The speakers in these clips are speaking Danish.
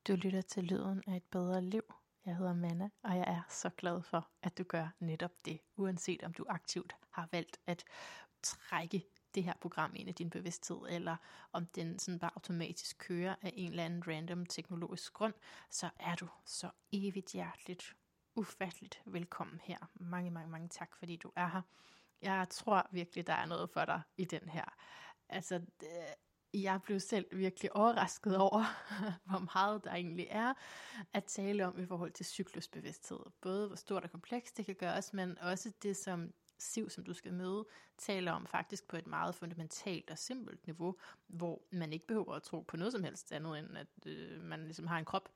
Du lytter til Lyden af et bedre liv. Jeg hedder Manna, og jeg er så glad for, at du gør netop det, uanset om du aktivt har valgt at trække det her program ind i din bevidsthed, eller om den sådan bare automatisk kører af en eller anden random teknologisk grund, så er du så evigt hjerteligt, ufatteligt velkommen her. Mange tak, fordi du er her. Jeg tror virkelig, der er noget for dig i den her. Altså, jeg blev selv virkelig overrasket over, hvor meget der egentlig er at tale om i forhold til cyklusbevidsthed. Både hvor stort og komplekst det kan gøres, men også det, som Siv, som du skal møde, taler om faktisk på et meget fundamentalt og simpelt niveau, hvor man ikke behøver at tro på noget som helst andet, end at man ligesom har en krop,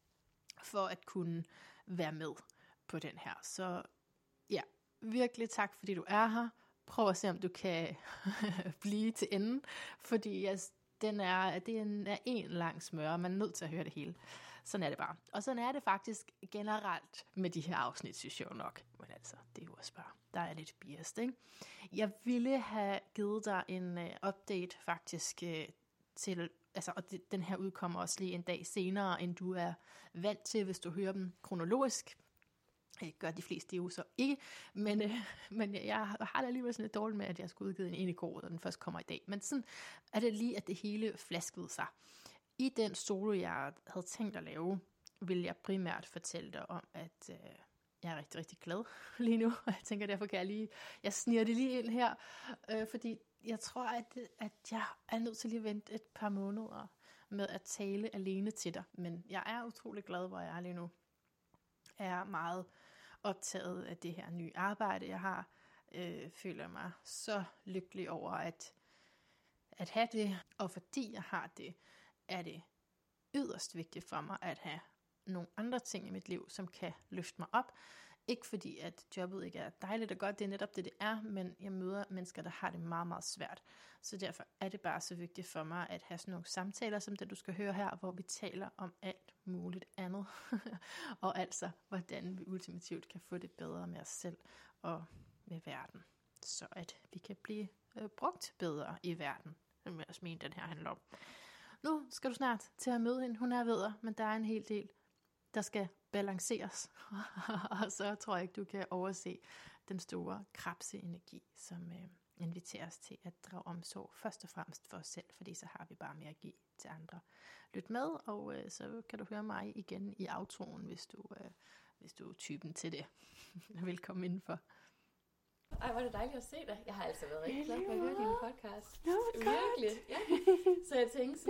for at kunne være med på den her. Så ja, virkelig tak, fordi du er her. Prøv at se, om du kan blive til enden, fordi det er en lang smør, man er nødt til at høre det hele. Sådan er det bare. Og sådan er det faktisk generelt med de her afsnit, synes jeg jo nok. Men altså, det er jo også bare, der er lidt biased, ikke? Jeg ville have givet dig en update faktisk til, altså, og den her udkommer også lige en dag senere, end du er vant til, hvis du hører dem kronologisk. Det gør de fleste jo så ikke, men jeg har da alligevel sådan lidt dårligt med, at jeg skulle udgive en i går, og den først kommer i dag. Men sådan er det lige, at det hele flaskede sig. I den solo, jeg havde tænkt at lave, vil jeg primært fortælle dig om, at jeg er rigtig glad lige nu. Og jeg tænker, derfor kan jeg sniger det lige ind her, fordi jeg tror, at jeg er nødt til lige at vente et par måneder med at tale alene til dig. Men jeg er utrolig glad, hvor jeg er lige nu. Jeg er meget optaget af det her nye arbejde, jeg har. Føler mig så lykkelig over at have det. Og fordi jeg har det, er det yderst vigtigt for mig at have nogle andre ting i mit liv, som kan løfte mig op. Ikke fordi, at jobbet ikke er dejligt og godt, det er netop det er, men jeg møder mennesker, der har det meget svært. Så derfor er det bare så vigtigt for mig at have sådan nogle samtaler, som det du skal høre her, hvor vi taler om alt muligt andet. Og altså, hvordan vi ultimativt kan få det bedre med os selv og med verden. Så at vi kan blive brugt bedre i verden, som jeg også mener, den her handler om. Nu skal du snart til at møde hende. Hun er ved dig, men der er en hel del, der skal balanceres. Og så tror jeg ikke, du kan overse den store krabseenergi, som inviterer os til at drage omsorg først og fremmest for os selv, fordi så har vi bare mere at give til andre. Lyt med, og så kan du høre mig igen i outroen, hvis du er typen til det. Velkommen indenfor. Ej, hvor er det dejligt at se dig. Jeg har altså været rigtig glad for at høre din podcast. Virkelig. Ja. Så jeg tænkte,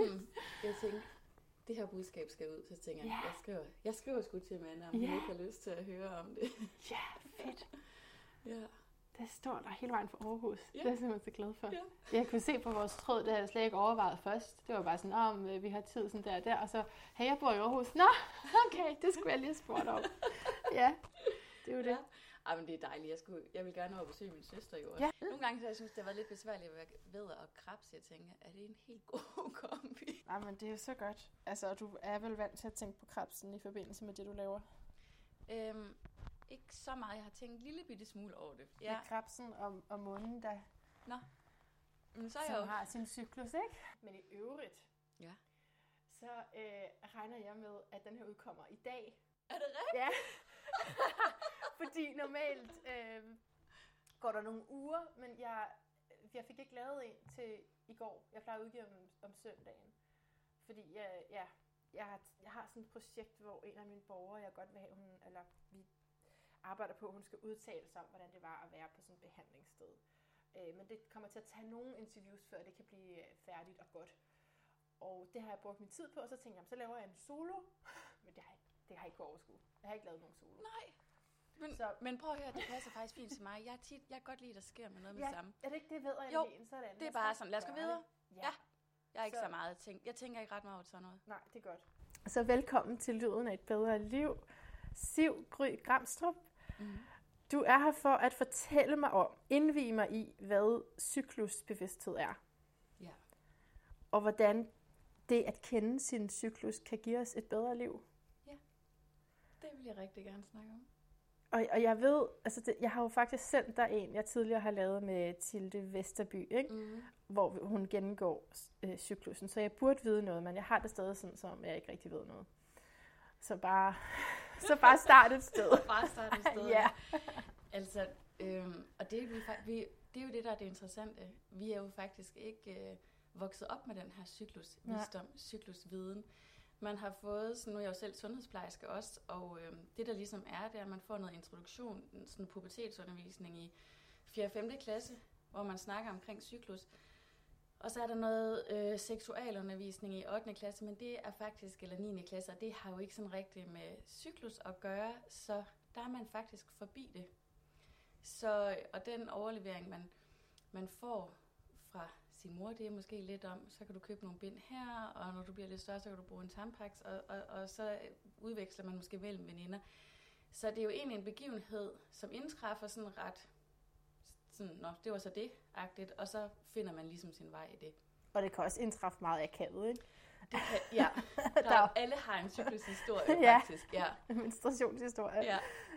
det her budskab skal ud. Så tænker jeg skriver sgu til Manna, om hun ikke har lyst til at høre om det. Ja, fedt. Ja. Der står der hele vejen fra Aarhus. Ja. Det er jeg simpelthen så glad for. Ja. Jeg kunne se på vores tråd, det havde jeg slet ikke overvejet først. Det var bare sådan, om vi har tid sådan der. Og så, hey, jeg bor i Aarhus. Nå, okay, det skulle jeg lige have spurgt om. Ja, det er jo det. Ej, men det er dejligt. Jeg vil gerne over besøge min søster i år. Ja. Nogle gange så jeg synes, det har været lidt besværligt at være ved og krabse. Jeg tænker, er det en helt god kombi? Nej, men det er så godt. Altså, du er vel vant til at tænke på krabsen i forbindelse med det, du laver? Ikke så meget. Jeg har tænkt en lille bitte smule over det. Ja. Med krabsen og munden, der Men så som har sin cyklus, ikke? Men i øvrigt, så regner jeg med, at den her udkommer i dag. Er det rigtigt? Ja. Fordi normalt går der nogle uger, men jeg fik ikke lavet en til i går. Jeg plejer at udgive om søndagen. Fordi jeg har sådan et projekt, hvor en af mine borgere, jeg godt vil have, vi arbejder på, at hun skal udtale sig om, hvordan det var at være på sådan et behandlingssted. Men det kommer til at tage nogle interviews, før det kan blive færdigt og godt. Og det har jeg brugt min tid på, og så tænkte jeg, så laver jeg en solo. Men det har jeg ikke på overskud. Jeg har ikke lavet nogen solo. Nej. Men prøv at høre, det passer faktisk fint til mig. Jeg kan godt lide, at der sker med noget med det samme. Er det ikke det, ved jeg jo, en sådan? Det er bare sådan, lad os gå videre. Ja. Jeg er ikke så meget jeg tænker ikke ret meget over sådan noget. Nej, det er godt. Så velkommen til Lyden af et bedre liv. Siv Gry Gramstrup. Mm. Du er her for at fortælle mig om, indvie mig i, hvad cyklusbevidsthed er. Ja. Og hvordan det at kende sin cyklus kan give os et bedre liv. Ja, det vil jeg rigtig gerne snakke om. Og jeg ved, altså jeg har jo faktisk sendt dig en, jeg tidligere har lavet med Tilde Vesterby, ikke? Mm. Hvor hun gennemgår cyklusen. Så jeg burde vide noget, men jeg har det stadig sådan, som jeg ikke rigtig ved noget. Så bare start et sted. Bare starte et sted. Ja. Altså, og det er jo det, der er det interessante. Vi er jo faktisk ikke vokset op med den her cyklusvisdom, cyklusviden. Man har fået, så nu er jeg jo selv sundhedsplejerske også, og det der ligesom er, det er, at man får noget introduktion, sådan pubertetsundervisning i 4. og 5. klasse, hvor man snakker omkring cyklus. Og så er der noget seksualundervisning i 8. klasse, men det er faktisk, eller 9. klasse, og det har jo ikke sådan rigtigt med cyklus at gøre, så der er man faktisk forbi det. Så, og den overlevering, man får fra sin mor, det er måske lidt om, så kan du købe nogle bind her, og når du bliver lidt større, så kan du bruge en Tampax, og så udveksler man måske mellem veninder. Så det er jo egentlig en begivenhed, som indtræffer sådan ret, sådan, nå, det var så det-agtigt, og så finder man ligesom sin vej i det. Og det kan også indtræffe meget akavet, ikke? Det kan, ja. Alle har en cyklushistorie, faktisk. Ja. En menstruationshistorie. Ja,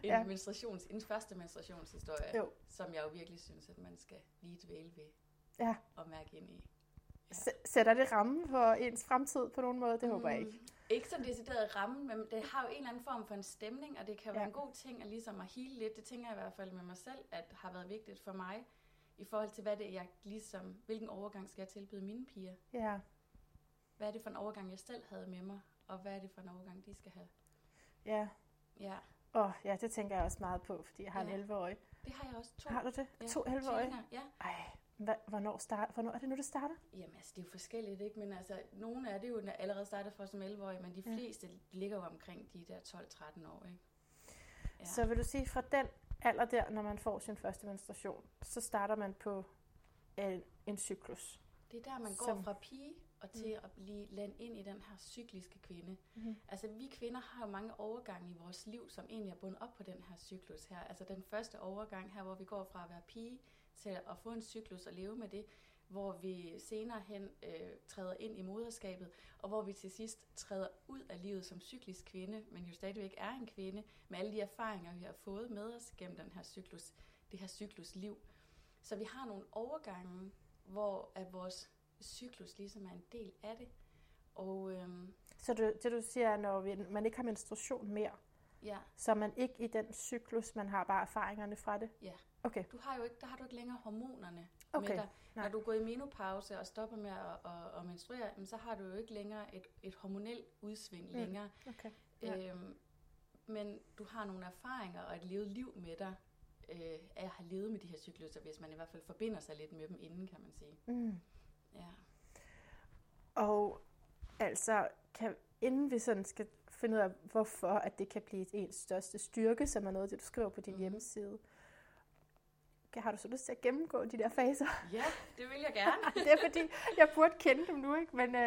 en første menstruationshistorie, som jeg jo virkelig synes, at man skal lige dvæle ved og mærke ind i. Ja. Sætter det ramme for ens fremtid på nogen måde? Det håber jeg ikke. Ikke sådan decideret ramme, men det har jo en eller anden form for en stemning, og det kan jo være en god ting at ligesom at heale lidt. Det tænker jeg i hvert fald med mig selv, at har været vigtigt for mig, i forhold til hvad det er, jeg ligesom, hvilken overgang skal jeg tilbyde mine piger? Ja. Hvad er det for en overgang, jeg selv havde med mig, og hvad er det for en overgang, de skal have? Ja. Ja. Ja, det tænker jeg også meget på, fordi jeg har en 11-årig. Det har jeg også. 2. Har du det? Ja. 2 11-årige? Ja. Ej, hvornår er det nu, det starter? Jamen altså, det er jo forskelligt, ikke? Men altså, nogle af det jo allerede startet for som 11-årige, men de fleste ligger jo omkring de der 12-13 år, ikke? Ja. Så vil du sige, fra den alder der, når man får sin første menstruation, så starter man på en cyklus? Det er der, man går fra pige og til at blive landet ind i den her cykliske kvinde. Altså, vi kvinder har jo mange overgange i vores liv, som egentlig er bundet op på den her cyklus her. Altså, den første overgang her, hvor vi går fra at være pige til at få en cyklus og leve med det, hvor vi senere hen træder ind i moderskabet, og hvor vi til sidst træder ud af livet som cyklisk kvinde, men jo stadigvæk er en kvinde, med alle de erfaringer, vi har fået med os gennem den her cyklus, det her cyklusliv. Så vi har nogle overgange, hvor at vores cyklus ligesom er en del af det. Og, så det du siger er, når man ikke har menstruation mere, så er man ikke i den cyklus, man har bare erfaringerne fra det? Ja. Okay. Der har du ikke længere hormonerne med dig. Når du går i menopause og stopper med at menstruere, så har du jo ikke længere et hormonelt udsving længere. Okay. Men du har nogle erfaringer og et levet liv med dig, af at have levet med de her cykluser, hvis man i hvert fald forbinder sig lidt med dem inden, kan man sige. Ja. Og altså, inden vi sådan skal finde ud af, hvorfor at det kan blive ens største styrke, som er noget af det, du skriver på din hjemmeside, har du så lyst til at gennemgå de der faser? Ja, det vil jeg gerne. Det er fordi, jeg burde kende dem nu, ikke? Men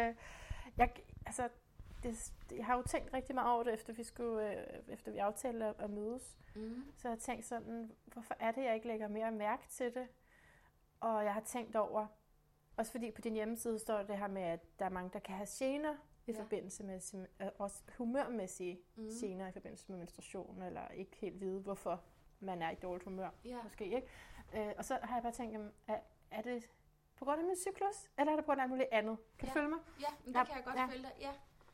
jeg har jo tænkt rigtig meget over det, efter vi aftalte at mødes. Så jeg har tænkt sådan, hvorfor er det, jeg ikke lægger mere mærke til det? Og jeg har tænkt over, også fordi på din hjemmeside står det her med, at der er mange, der kan have gener i forbindelse med, også humørmæssige gener i forbindelse med menstruation, eller ikke helt vide, hvorfor man er i dårligt humør, måske, ikke? Og så har jeg bare tænkt, er det på grund af min cyklus, eller er det på grund af alt muligt andet? Kan du følge mig? Ja, men det kan jeg godt følge dig, ja.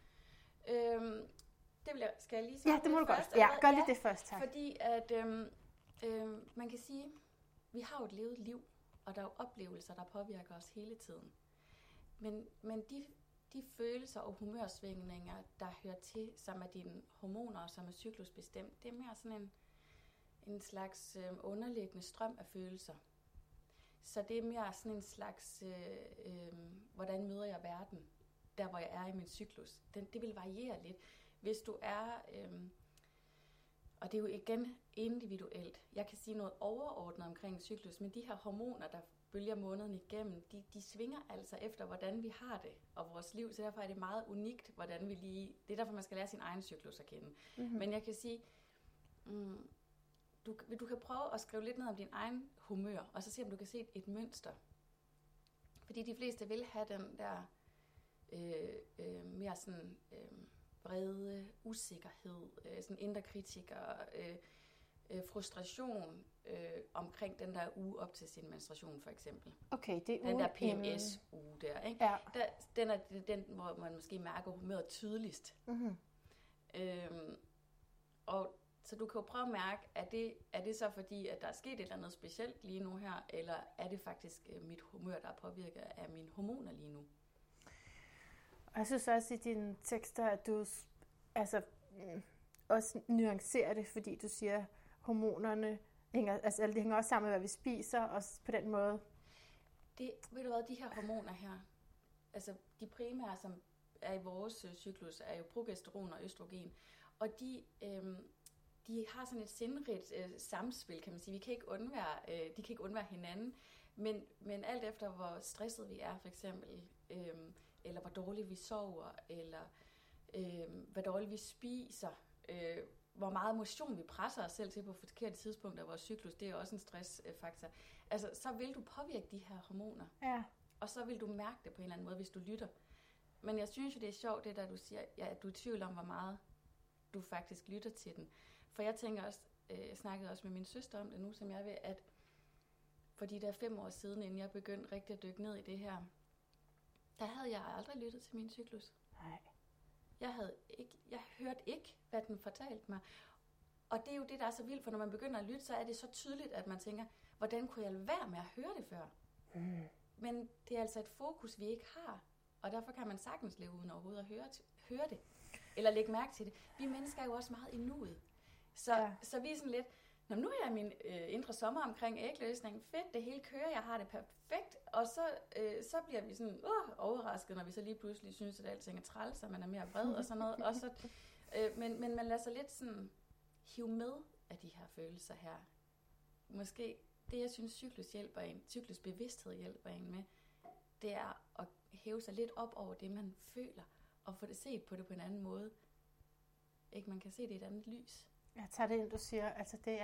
Skal jeg lige sige det må du først? Godt. Ja, gør lige det først, tak. Fordi at man kan sige, vi har jo et levet liv, og der er jo oplevelser, der påvirker os hele tiden. Men de følelser og humørsvingninger, der hører til, som er dine hormoner, som er cyklusbestemt, det er mere sådan en slags underliggende strøm af følelser. Så det er mere sådan en slags, hvordan møder jeg verden, der hvor jeg er i min cyklus. Det vil variere lidt. Hvis du er, og det er jo igen individuelt, jeg kan sige noget overordnet omkring cyklus, men de her hormoner, der bølger måneden igennem, de svinger altså efter, hvordan vi har det og vores liv, så derfor er det meget unikt, hvordan vi lige, det er derfor, man skal lære sin egen cyklus at kende. Men jeg kan sige, du kan prøve at skrive lidt ned om din egen humør, og så se, om du kan se et mønster. Fordi de fleste vil have den der mere sådan vrede, usikkerhed, sådan indre kritiker, frustration omkring den der uge op til sin menstruation, for eksempel. Okay, det er den der PMS-uge der, ikke? Ja. Den er den, hvor man måske mærker humøret tydeligst. Og så du kan jo prøve at mærke, er det så fordi, at der er sket et eller andet specielt lige nu her, eller er det faktisk mit humør, der er påvirket af mine hormoner lige nu? Og jeg synes også i dine tekster, at du også nuancerer det, fordi du siger, hormonerne det hænger også sammen med, hvad vi spiser, og på den måde. Ved du hvad, de her hormoner her, altså de primære, som er i vores cyklus, er jo progesteron og østrogen, og de har sådan et sindrigt samspil, kan man sige. De kan ikke undvære hinanden, men alt efter, hvor stresset vi er, for eksempel, eller hvor dårligt vi sover, eller hvor dårligt vi spiser, hvor meget motion vi presser os selv til på forkerte tidspunkter af vores cyklus, det er også en stressfaktor. Altså, så vil du påvirke de her hormoner. Ja. Og så vil du mærke det på en eller anden måde, hvis du lytter. Men jeg synes jo, det er sjovt, det der, du siger, at du er i tvivl om, hvor meget du faktisk lytter til den. For jeg tænker også, jeg snakkede også med min søster om det nu, som jeg ved, at for de der 5 år siden, inden jeg begyndte rigtig at dykke ned i det her, der havde jeg aldrig lyttet til min cyklus. Nej. Jeg hørte ikke, hvad den fortalte mig. Og det er jo det, der er så vildt, for når man begynder at lytte, så er det så tydeligt, at man tænker, hvordan kunne jeg lade være med at høre det før? Men det er altså et fokus, vi ikke har. Og derfor kan man sagtens leve uden overhovedet at høre det. Eller lægge mærke til det. Vi mennesker er jo også meget i nuet. Så vi er sådan lidt, nu er jeg min indre sommer omkring ægløsning. Fedt, det hele kører, jeg har det perfekt. Og så bliver vi sådan overrasket, når vi så lige pludselig synes, at alting er træls, og man er mere vred og sådan noget. Og så, men man lader sig lidt sådan hive med af de her følelser her. Måske det, jeg synes, cyklusbevidsthed hjælper en med, det er at hæve sig lidt op over det, man føler, og få det set på det på en anden måde. Ikke? Man kan se det i et andet lys. Jeg tager det ind, du siger. Altså, det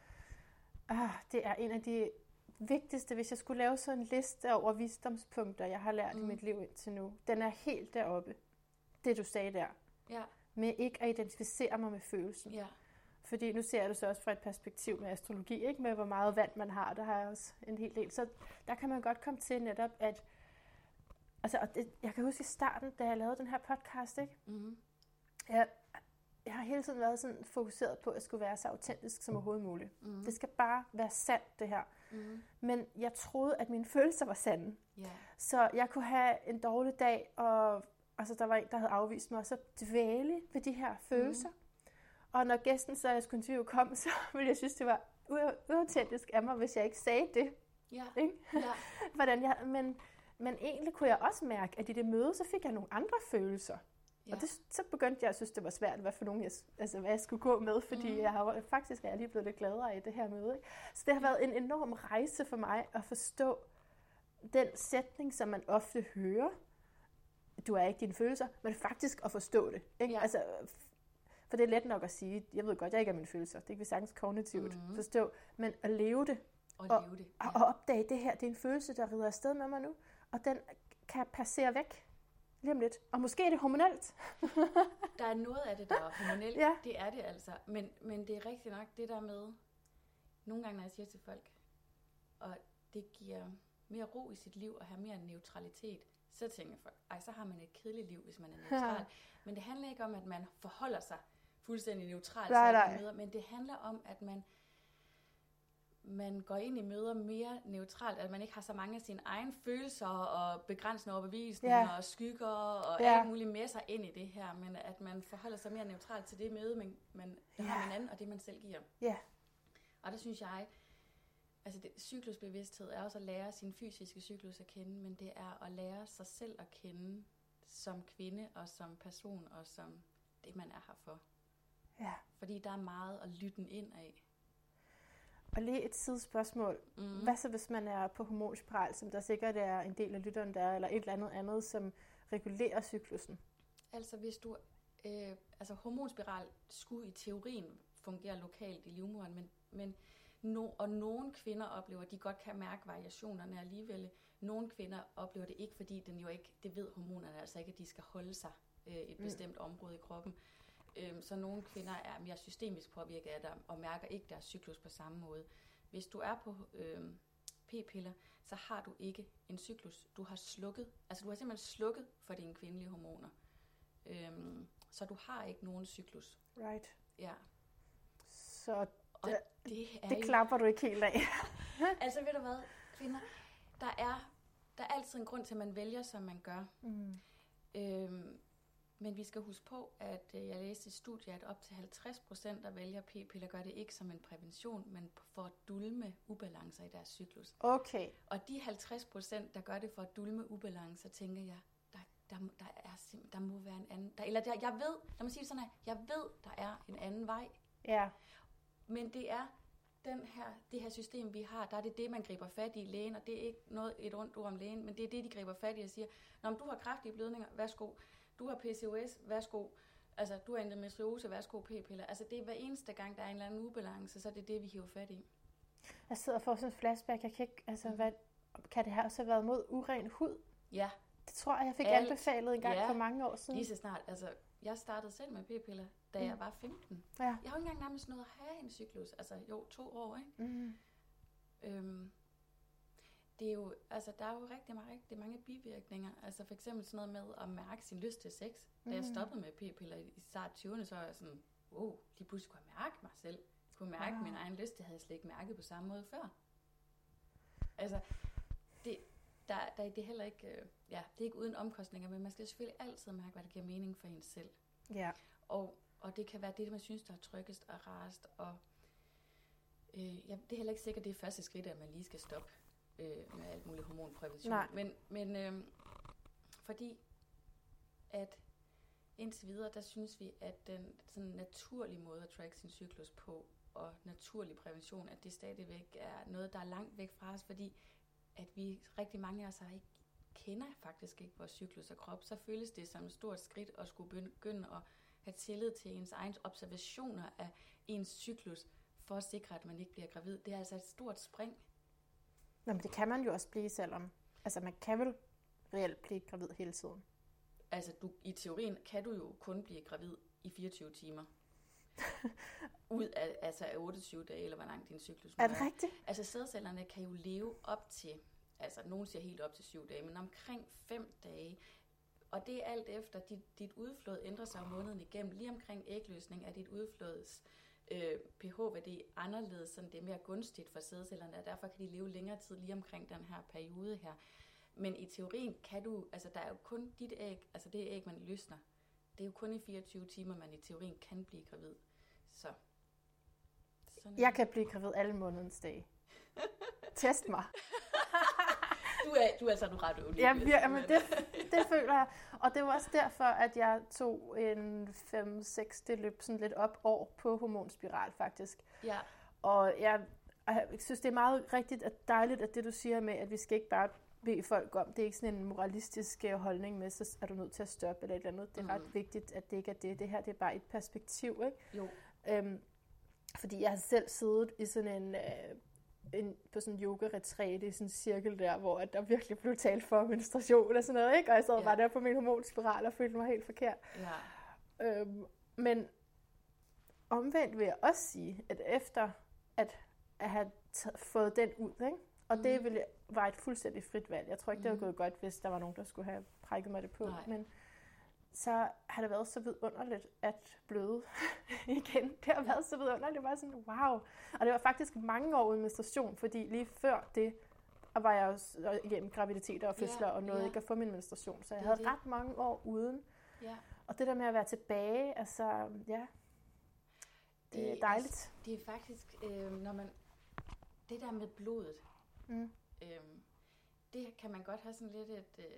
er en af de vigtigste, hvis jeg skulle lave sådan en liste over visdomspunkter, jeg har lært i mit liv indtil nu. Den er helt deroppe. Det, du sagde der. Ja. Med ikke at identificere mig med følelsen. Ja. Fordi nu ser jeg det så også fra et perspektiv med astrologi, ikke? Med hvor meget vand man har, der har jeg også en hel del. Så der kan man godt komme til netop, at jeg kan huske i starten, da jeg lavede den her podcast, ikke? Mm-hmm. Jeg har hele tiden været sådan fokuseret på, at jeg skulle være så autentisk som overhovedet muligt. Mm-hmm. Det skal bare være sandt, det her. Mm-hmm. Men jeg troede, at mine følelser var sande. Yeah. Så jeg kunne have en dårlig dag, og der var en, der havde afvist mig, og så dvæle ved de her følelser. Mm-hmm. Og når gæsten så jeg skulle interview kom, så ville jeg synes, det var uautentisk af mig, hvis jeg ikke sagde det. Ja. Ikke? Ja. Men egentlig kunne jeg også mærke, at i det møde, så fik jeg nogle andre følelser. Ja. Og så begyndte jeg at synes, det var svært, hvad jeg skulle gå med, fordi faktisk er jeg lige blevet lidt gladere i det her møde. Ikke? Så det har været en enorm rejse for mig at forstå den sætning, som man ofte hører. Du er ikke dine følelser, men faktisk at forstå det. Ikke? Ja. Altså, for det er let nok at sige, jeg ved godt, jeg ikke er mine følelser. Det kan vi sagtens kognitivt forstå. Men at leve det, og opdage det her, det er en følelse, der rider afsted med mig nu, og den kan passere væk lige om lidt. Og måske er det hormonelt. Der er noget af det, der er hormonelt. Ja. Det er det altså. Men det er rigtigt nok, det der med, nogle gange når jeg siger til folk, og det giver mere ro i sit liv, og have mere neutralitet, så tænker folk, så har man et kedeligt liv, hvis man er neutral. Ja. Men det handler ikke om, at man forholder sig fuldstændig neutralt til møder, men det handler om, at man går ind i møder mere neutralt, at man ikke har så mange af sine egne følelser og begrænsende overbevisninger og skygger og alt muligt med sig ind i det her, men at man forholder sig mere neutralt til det møde, man har med anden, og det man selv giver. Ja. Og der synes jeg, altså cyklusbevidsthed er også at lære sin fysiske cyklus at kende, men det er at lære sig selv at kende som kvinde og som person og som det, man er her for. Ja. Fordi der er meget at lytte ind af. Og lige et sidespørgsmål. Hvad så, hvis man er på hormonspiral, som der sikkert er en del af lytteren der, eller et eller andet, som regulerer cyklusen? Altså hvis du, hormonspiral skulle i teorien fungere lokalt i livmoderen, men nogle kvinder oplever, at de godt kan mærke variationerne alligevel. Nogle kvinder oplever det ikke, fordi den jo ikke, det ved hormonerne altså ikke, at de skal holde sig et bestemt område i kroppen. Så nogle kvinder er mere systemisk påvirket af det, og mærker ikke deres cyklus på samme måde. Hvis du er på p-piller, så har du ikke en cyklus. Du har simpelthen slukket for dine kvindelige hormoner. Så du har ikke nogen cyklus. Right. Ja. Så det klapper du ikke helt af. Altså ved du hvad, kvinder, der er altid en grund til, at man vælger, som man gør. Men vi skal huske på, at jeg læste i studiet, at op til 50%, der vælger p-piller, gør det ikke som en prævention, men for at dulme ubalancer i deres cyklus. Okay. Og de 50%, der gør det for at dulme ubalancer, tænker jeg, der må være en anden... lad mig sige det sådan her, jeg ved, der er en anden vej. Ja. Men det er det her system, vi har, der er det, man griber fat i lægen, og det er ikke et ondt ord om lægen, men det er det, de griber fat i og siger, når du har kraftige blødninger, værsgo. Du har PCOS, værsgo. Altså, du har endometriose, værsgo p-piller. Altså, det er hver eneste gang, der er en eller anden ubalance, så er det det, vi hiver fat i. Jeg sidder og får sådan en flashback. Jeg kan ikke, kan det her også have været mod uren hud? Ja. Det tror jeg fik anbefalet en gang for mange år siden. Lige så snart. Altså, jeg startede selv med p-piller, da jeg var 15. Ja. Jeg har ikke engang nærmest nået at have en cyklus. Altså, 2 år, ikke? Det er jo, altså, der er jo rigtig mange bivirkninger. Altså for eksempel sådan noget med at mærke sin lyst til sex. Da jeg stoppede med p-piller i start 20'erne, så var jeg sådan, lige pludselig kunne jeg mærke mig selv. Jeg kunne mærke min egen lyst, det havde jeg slet ikke mærket på samme måde før. Altså, det er heller ikke, det er ikke uden omkostninger, men man skal selvfølgelig altid mærke, hvad der giver mening for en selv. Ja. Og det kan være det, man synes, der er tryggest og rarest. Og det er heller ikke sikkert, det er første skridt, at man lige skal stoppe med alt muligt hormonprævention. Men fordi at indtil videre, der synes vi, at den sådan naturlige måde at tracke sin cyklus på, og naturlig prævention, at det stadigvæk er noget, der er langt væk fra os, fordi at vi rigtig mange af os kender faktisk ikke vores cyklus og krop, så føles det som et stort skridt at skulle begynde at have tillid til ens egne observationer af ens cyklus, for at sikre, at man ikke bliver gravid. Det er altså et stort spring. Nå, men det kan man jo også blive selvom. Altså, man kan vel reelt blive gravid hele tiden. Altså, i teorien kan du jo kun blive gravid i 24 timer. Ud af 28 dage, eller hvor lang din cyklus nu er. Det rigtigt? Altså, sædcellerne kan jo leve op til, altså, nogen siger helt op til 7 dage, men omkring 5 dage. Og det er alt efter, dit udflod ændrer sig måneden igennem. Lige omkring ægløsning er dit udflods pH-værdi anderledes, så det er mere gunstigt for sædcellerne, og derfor kan de leve længere tid lige omkring den her periode her. Men i teorien kan du, altså der er jo kun dit æg, altså det æg, man løsner, det er jo kun i 24 timer, man i teorien kan blive gravid. Så. Jeg kan blive gravid alle månedens dage. Test mig. Du er altså ret ulig. Ja, men det føler jeg. Og det var også derfor, at jeg tog en 5-6, det løb sådan lidt op år på hormonspiral faktisk. Ja. Og jeg synes, det er meget rigtigt og dejligt, at det du siger med, at vi skal ikke bare bede folk om, det er ikke sådan en moralistisk holdning med, så er du nødt til at stoppe eller et eller andet. Det er ret vigtigt, at det ikke er det. Det her, det er bare et perspektiv, ikke? Jo. Fordi jeg har selv siddet i sådan på sådan en yoga-retræte i sådan en cirkel der, hvor der virkelig blev talt for menstruation og sådan noget, ikke? Og jeg sad bare der på min hormonspiral og følte mig helt forkert. Ja. Men omvendt vil jeg også sige, at efter at have fået den ud, ikke? Og det var et fuldstændig frit valg. Jeg tror ikke, det var gået godt, hvis der var nogen, der skulle have prikket mig det på. Nej. Men så har det været så vidunderligt at bløde igen. Det har været så vidunderligt. Det var sådan, wow. Og det var faktisk mange år uden menstruation, fordi lige før det var jeg jo igennem graviditeter og fødsler og nåede ikke at få min menstruation. Så jeg havde ret mange år uden. Ja. Og det der med at være tilbage, altså, ja, det er dejligt. Altså, det er faktisk, når man, det der med blodet, det kan man godt have sådan lidt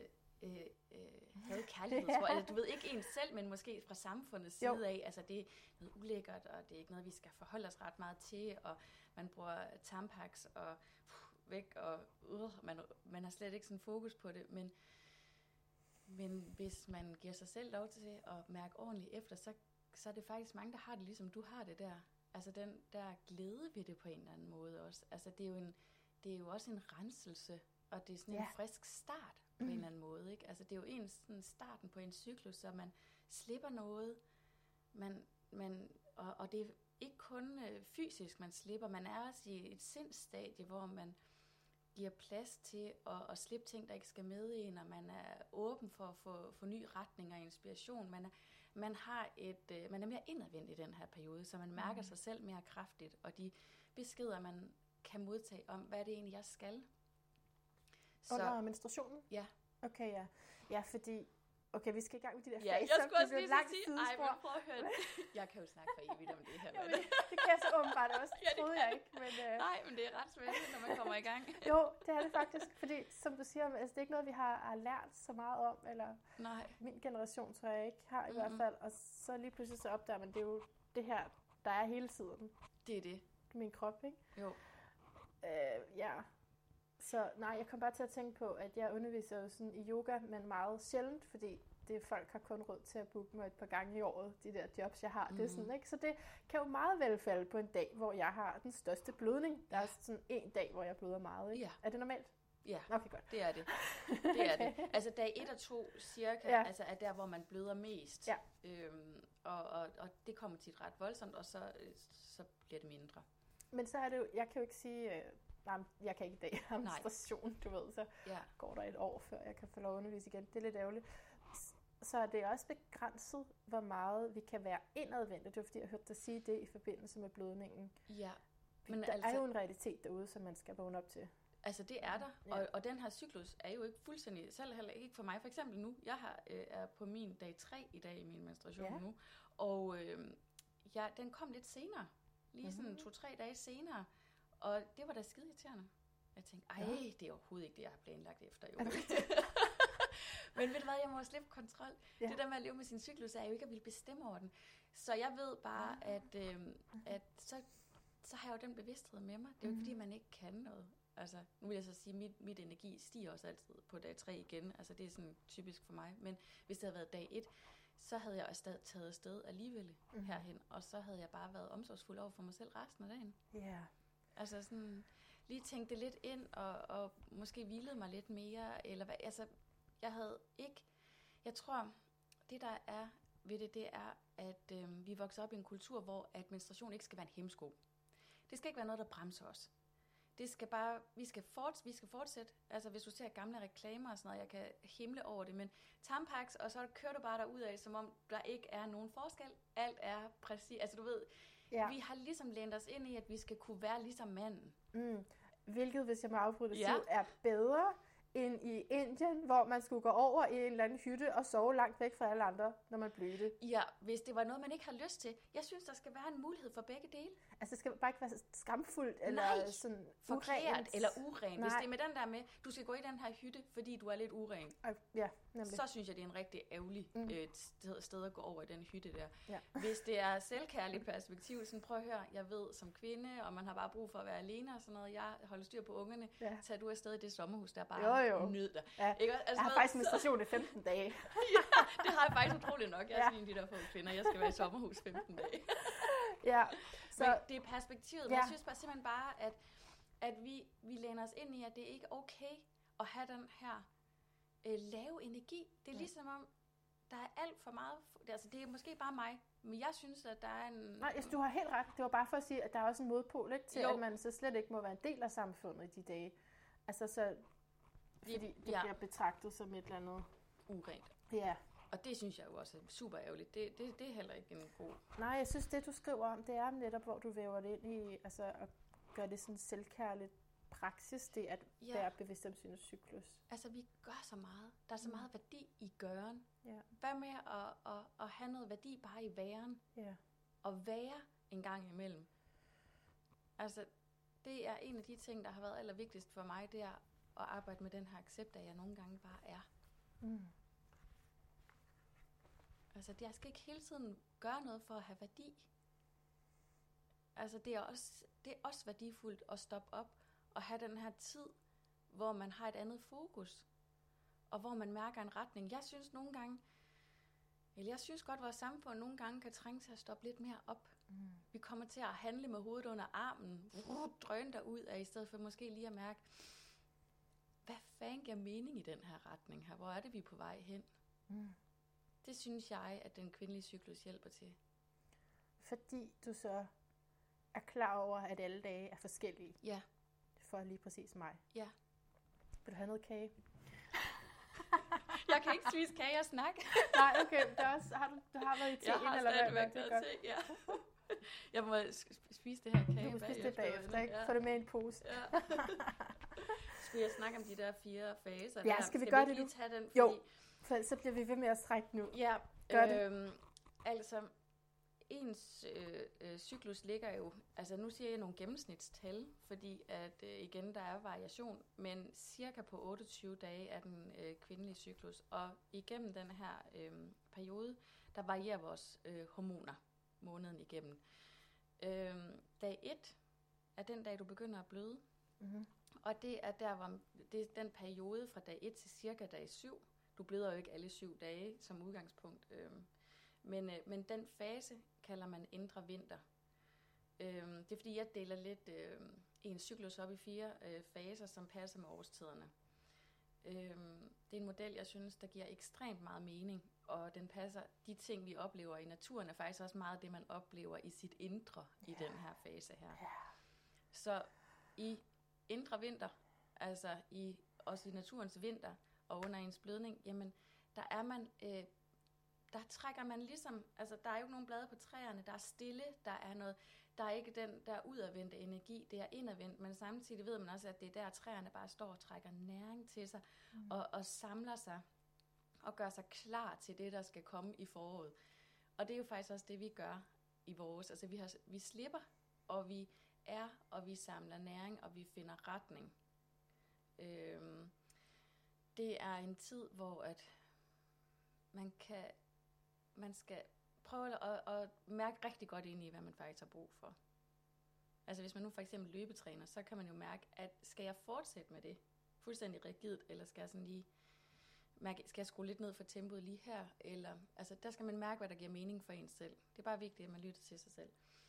havde kærlighedsforhold. Eller du ved ikke en selv, men måske fra samfundets side af. Altså det er noget ulækkert, og det er ikke noget, vi skal forholde os ret meget til, og man bruger Tampax og væk, og man har slet ikke sådan fokus på det. Men hvis man giver sig selv lov til at mærke ordentligt efter, så er det faktisk mange, der har det ligesom du har det der. Altså den der glæde ved det på en eller anden måde også. Altså det er jo også en renselse, og det er sådan en frisk start på en eller anden måde, ikke? Altså det er jo sådan starten på en cyklus, så man slipper noget, og det er ikke kun fysisk, man slipper, man er også i et sindsstadie, hvor man giver plads til at slippe ting, der ikke skal med en, og man er åben for at få ny retning og inspiration. man er mere indadvendt i den her periode, så man mærker sig selv mere kraftigt, og de beskeder, man kan modtage om, hvad er det egentlig, jeg skal. Under menstruationen? Ja. Okay, ja. Ja, fordi... Okay, vi skal i gang med de der faser. Ja, jeg skulle også lige sige, men prøv at høre det. Jeg kan jo snakke for evigt om det her. Jamen, det kan jeg så åbenbart også. Det troede jeg ikke. Men, nej, men det er ret spændende, når man kommer i gang. Jo, det er det faktisk. Fordi, som du siger, altså, det er ikke noget, vi har lært så meget om. Eller nej. Min generation tror jeg ikke har i hvert fald. Og så lige pludselig så opdager man, det er jo det her, der er hele tiden. Det er det. Min krop, ikke? Jo. Ja. Så nej, jeg kom bare til at tænke på, at jeg underviser jo sådan i yoga, men meget sjældent, fordi folk har kun råd til at booke mig et par gange i året, de der jobs, jeg har. Det er sådan, ikke? Så det kan jo meget vel falde på en dag, hvor jeg har den største blødning. Der er sådan en dag, hvor jeg bløder meget, ikke? Ja. Er det normalt? Ja, okay, godt. Det er det. Det er det. Altså dag 1 og 2 cirka, altså er der, hvor man bløder mest. Ja. Og det kommer tit ret voldsomt, og så bliver det mindre. Men så er det jo, jeg kan jo ikke sige... Nej, jeg kan ikke i dag have menstruation, du ved, så går der et år, før jeg kan få lov at undervise igen. Det er lidt ærgerligt. Så er det også begrænset, hvor meget vi kan være indadvendte. Det var fordi, jeg hørte dig sige det i forbindelse med blødningen. Ja. Men der er jo en realitet derude, som man skal vågne op til. Altså det er der, og den her cyklus er jo ikke fuldstændig, selv heller ikke for mig. For eksempel nu, jeg er på min dag 3 i dag i min menstruation nu, og den kom lidt senere, lige sådan 2-3 dage senere. Og det var da skide irriterende. Jeg tænkte, det er overhovedet ikke det, jeg har planlagt efter. Jo. Men ved du hvad, jeg må slippe kontrol. Ja. Det der med at leve med sin cyklus, er jo ikke at ville bestemme over den. Så jeg ved bare, at så har jeg jo den bevidsthed med mig. Det er jo ikke, fordi man ikke kan noget. Altså, nu vil jeg så sige, at mit energi stiger også altid på dag 3 igen. Altså, det er sådan typisk for mig. Men hvis det havde været dag 1, så havde jeg også taget afsted alligevel herhen. Og så havde jeg bare været omsorgsfuld over for mig selv resten af dagen. Ja. Yeah. Altså sådan, lige tænkte det lidt ind, og måske hvilede mig lidt mere, eller hvad, altså, jeg tror, det der er ved det er, at vi vokser op i en kultur, hvor at menstruation ikke skal være en hæmsko. Det skal ikke være noget, der bremser os. Det skal bare, vi skal fortsætte. Altså hvis du ser gamle reklamer og sådan noget, jeg kan himle over det, men Tampax, og så kører du bare derudad, som om der ikke er nogen forskel. Alt er præcis, altså du ved, vi har ligesom lænet os ind i, at vi skal kunne være ligesom manden. Hvilket, hvis jeg må afbryde det, er bedre end i Indien, hvor man skulle gå over i en eller anden hytte og sove langt væk fra alle andre, når man blødte. Ja, hvis det var noget, man ikke har lyst til. Jeg synes, der skal være en mulighed for begge dele. Altså, det skal bare ikke være skamfuldt eller sådan forkert eller uren. Hvis det er med den der med, du skal gå i den her hytte, fordi du er lidt uren. Ja, nemlig. Så synes jeg, det er en rigtig ærgerlig sted at gå over i den hytte der. Ja. Hvis det er selvkærligt perspektiv, sådan prøv at høre, jeg ved som kvinde, og man har bare brug for at være alene og sådan noget, jeg holder styr på ungerne, tager du afsted i det sommerhus, der bare nød dig. Ja. Ikke? Altså, jeg har faktisk menstruation i 15 dage. Det har jeg faktisk utroligt nok. Jeg er sådan en af de der få kvinder, jeg skal være i sommerhus 15 dage. Så men det er perspektivet. Men jeg synes bare simpelthen bare, at vi læner os ind i, at det ikke er okay at have den her lave energi. Det er ligesom om, der er alt for meget. Altså, det er måske bare mig, men jeg synes, at der er en... Nej, du har helt ret. Det var bare for at sige, at der er også en modpol, ikke, til at man så slet ikke må være en del af samfundet i de dage. Altså, så... Fordi det bliver betragtet som et eller andet... urent. Ja. Og det synes jeg jo også er super ærgerligt. Det er heller ikke en god... Nej, jeg synes, det du skriver om, det er netop, hvor du væver det ind i, altså at gøre det sådan selvkærligt praksis, det at være bevidst om sin cyklus. Altså, vi gør så meget. Der er så meget værdi i gøren. Ja. Hvad med at have noget værdi bare i væren? Ja. Og være en gang imellem. Altså, det er en af de ting, der har været allervigtigst for mig, det er at arbejde med den her accept, at jeg nogle gange bare er. Altså, jeg skal ikke hele tiden gøre noget for at have værdi. Altså, det er også værdifuldt at stoppe op og have den her tid, hvor man har et andet fokus, og hvor man mærker en retning. Jeg synes nogle gange, eller jeg synes godt, at vores samfund nogle gange kan trænge til at stoppe lidt mere op. Vi kommer til at handle med hovedet under armen, drøne derud af, i stedet for måske lige at mærke, hvad fanden giver mening i den her retning her? Hvor er det, vi er på vej hen? Det synes jeg, at den kvindelige cyklus hjælper til. Fordi du så er klar over, at alle dage er forskellige. Ja. For lige præcis mig. Ja. Vil du have noget kage? Jeg Jeg kan ikke spise kage og snakke. Nej, okay. Det er også, du har været i teen, eller hvad? Jeg har stadigvæk været te, ja. Jeg må spise det her kage bagefter. Du må spise det bagefter, ikke? Få det med i en pose. Ja. Skal jeg snakke om de der 4 faser? Ja, skal vi gøre det nu? Tage den, fordi... Jo, for så bliver vi ved med at strække den ud. Ja, gør det. Altså, ens cyklus ligger jo, altså nu siger jeg nogle gennemsnitstal, fordi at igen, der er variation, men cirka på 28 dage er den kvindelige cyklus, og igennem den her periode, der varierer vores hormoner måneden igennem. Dag 1 er den dag, du begynder at bløde, og det er der, hvor det er den periode fra dag 1 til cirka dag 7. Du bløder jo ikke alle 7 dage som udgangspunkt, men den fase kalder man indre vinter. Det er fordi, jeg deler lidt en cyklus op i 4 faser, som passer med årstiderne. Det er en model, jeg synes, der giver ekstremt meget mening, og den passer de ting, vi oplever i naturen, er faktisk også meget det, man oplever i sit indre i den her fase her. Så i indre vinter, altså også i naturens vinter og under ens blødning, jamen der er man... der trækker man ligesom, altså der er jo ikke nogen blade på træerne, der er stille, der er ikke den der udadvendte energi, det er indadvendt, men samtidig ved man også, at det er der træerne bare står og trækker næring til sig, og samler sig, og gør sig klar til det, der skal komme i foråret. Og det er jo faktisk også det, vi gør i vores, altså vi slipper, og vi og vi samler næring, og vi finder retning. Det er en tid, hvor at man skal prøve at mærke rigtig godt ind i, hvad man faktisk har brug for. Altså hvis man nu for eksempel løbetræner, så kan man jo mærke, at skal jeg fortsætte med det fuldstændig rigidt, eller skal jeg sådan lige mærke, skal jeg skrue lidt ned for tempoet lige her, eller altså der skal man mærke, hvad der giver mening for en selv. Det er bare vigtigt, at man lytter til sig selv.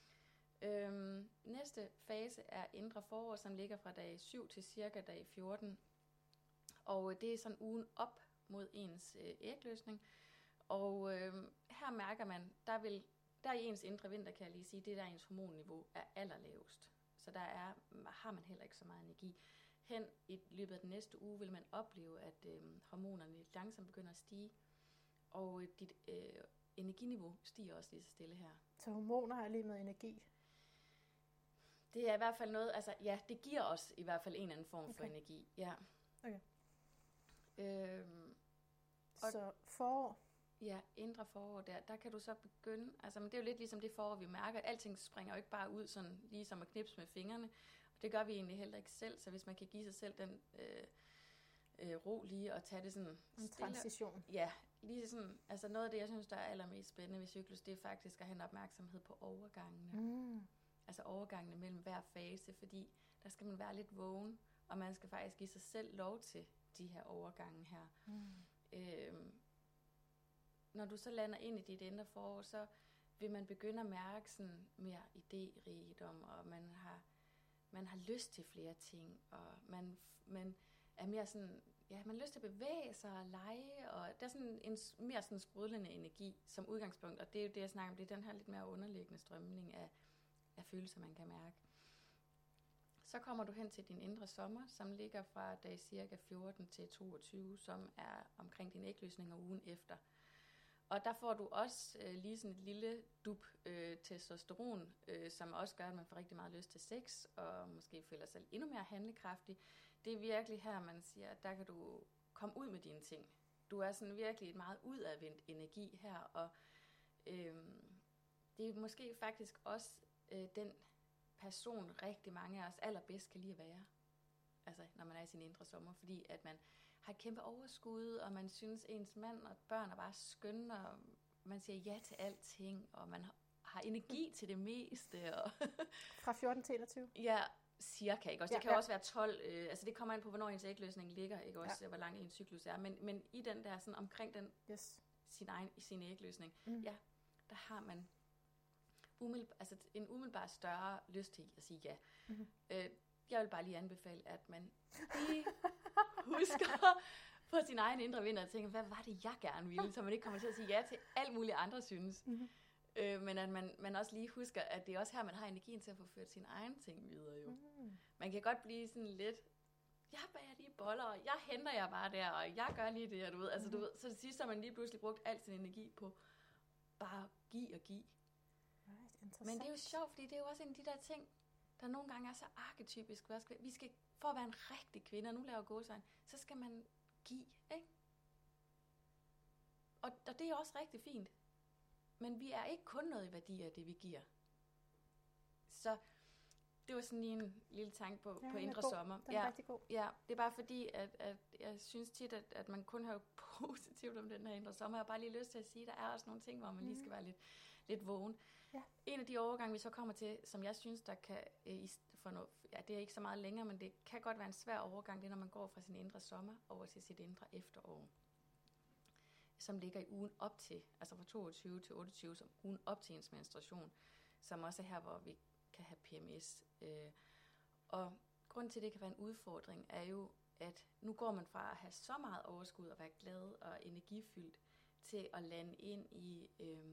Næste fase er indre forår, som ligger fra dag 7 til cirka dag 14, og det er sådan ugen op mod ens ægløsning. Og her mærker man, der i ens indre vinter, kan jeg lige sige, det der ens hormonniveau er allerlavest. Så har man heller ikke så meget energi. Hen i løbet af den næste uge vil man opleve, at hormonerne langsomt begynder at stige, og dit energiniveau stiger også lige så stille her. Så hormoner er lige med energi? Det er i hvert fald noget, altså ja, det giver os i hvert fald en eller anden form for energi. Ja. Okay. Så forår? Ja, indre forår der kan du så begynde, altså men det er jo lidt ligesom det forår, vi mærker, at alting springer jo ikke bare ud sådan lige som at knipse med fingrene, og det gør vi egentlig heller ikke selv, så hvis man kan give sig selv den ro lige og tage det sådan en transition. Ja, lige sådan, altså noget af det, jeg synes, der er allermest spændende ved cyklus, det er faktisk at have en opmærksomhed på overgangene. Altså overgangene mellem hver fase, fordi der skal man være lidt vågen, og man skal faktisk give sig selv lov til de her overgange her. Når du så lander ind i dit indre forår, så vil man begynde at mærke sådan mere idérigdom, og man har lyst til flere ting, og man er mere sådan, ja, man har lyst til at bevæge sig og lege, og der er sådan en mere sådan sprudlende energi som udgangspunkt, og det er jo det, jeg snakker om, det er den her lidt mere underliggende strømning af følelser, man kan mærke. Så kommer du hen til din indre sommer, som ligger fra dag cirka 14 til 22, som er omkring din ægløsning og ugen efter. Og der får du også lige sådan et lille dub testosteron, som også gør, at man får rigtig meget lyst til sex, og måske føler sig endnu mere handlekraftig. Det er virkelig her, man siger, at der kan du komme ud med dine ting. Du er sådan virkelig et meget udadvendt energi her, og det er måske faktisk også den person, rigtig mange af os allerbedst kan lide at være. Altså, når man er i sin indre sommer, fordi at man har et kæmpe overskud, og man synes, ens mand og børn er bare skønne, og man siger ja til alting, og man har energi til det meste. Og fra 14 til 21? Ja, cirka, ikke også? Det kan jo også være 12, altså det kommer an på, hvornår ens ægløsning ligger, ikke også? Hvor lang ens cyklus er, men i den der, sådan omkring den, sin ægløsning, ja, der har man en umiddelbart større lyst til at sige ja. Jeg vil bare lige anbefale, at man lige husker på sin egen indre vinter og tænker, hvad var det, jeg gerne ville, så man ikke kommer til at sige ja til alt muligt andre synes. Men at man også lige husker, at det er også her, man har energien til at få ført sine egne ting videre jo. Man kan godt blive sådan lidt jeg bager lige boller, og jeg henter jer bare der, og jeg gør lige det, og du ved. Altså, du ved, så det sidste har man lige pludselig brugt al sin energi på bare give og give. Men det er jo sjovt, fordi det er jo også en af de der ting, der nogle gange er så arketypisk. Vi skal, for at være en rigtig kvinde, og nu laver gåsegn, så skal man give, ikke? Og det er også rigtig fint. Men vi er ikke kun noget i værdi af det, vi giver. Så det var sådan lige en lille tanke på indre sommer. Den er rigtig god. Ja, det er bare fordi, at jeg synes tit, at man kun har positivt om den her indre sommer. Jeg har bare lige lyst til at sige, at der er også nogle ting, hvor man lige skal være lidt vågen. Ja. En af de overgange, vi så kommer til, som jeg synes, der kan, det er ikke så meget længere, men det kan godt være en svær overgang, det er, når man går fra sin indre sommer over til sit indre efterår, som ligger i ugen op til, altså fra 22 til 28, som ugen op til ens menstruation, som også er her, hvor vi kan have PMS. Og grunden til, at det kan være en udfordring, er jo, at nu går man fra at have så meget overskud og være glad og energifyldt, til at lande ind i,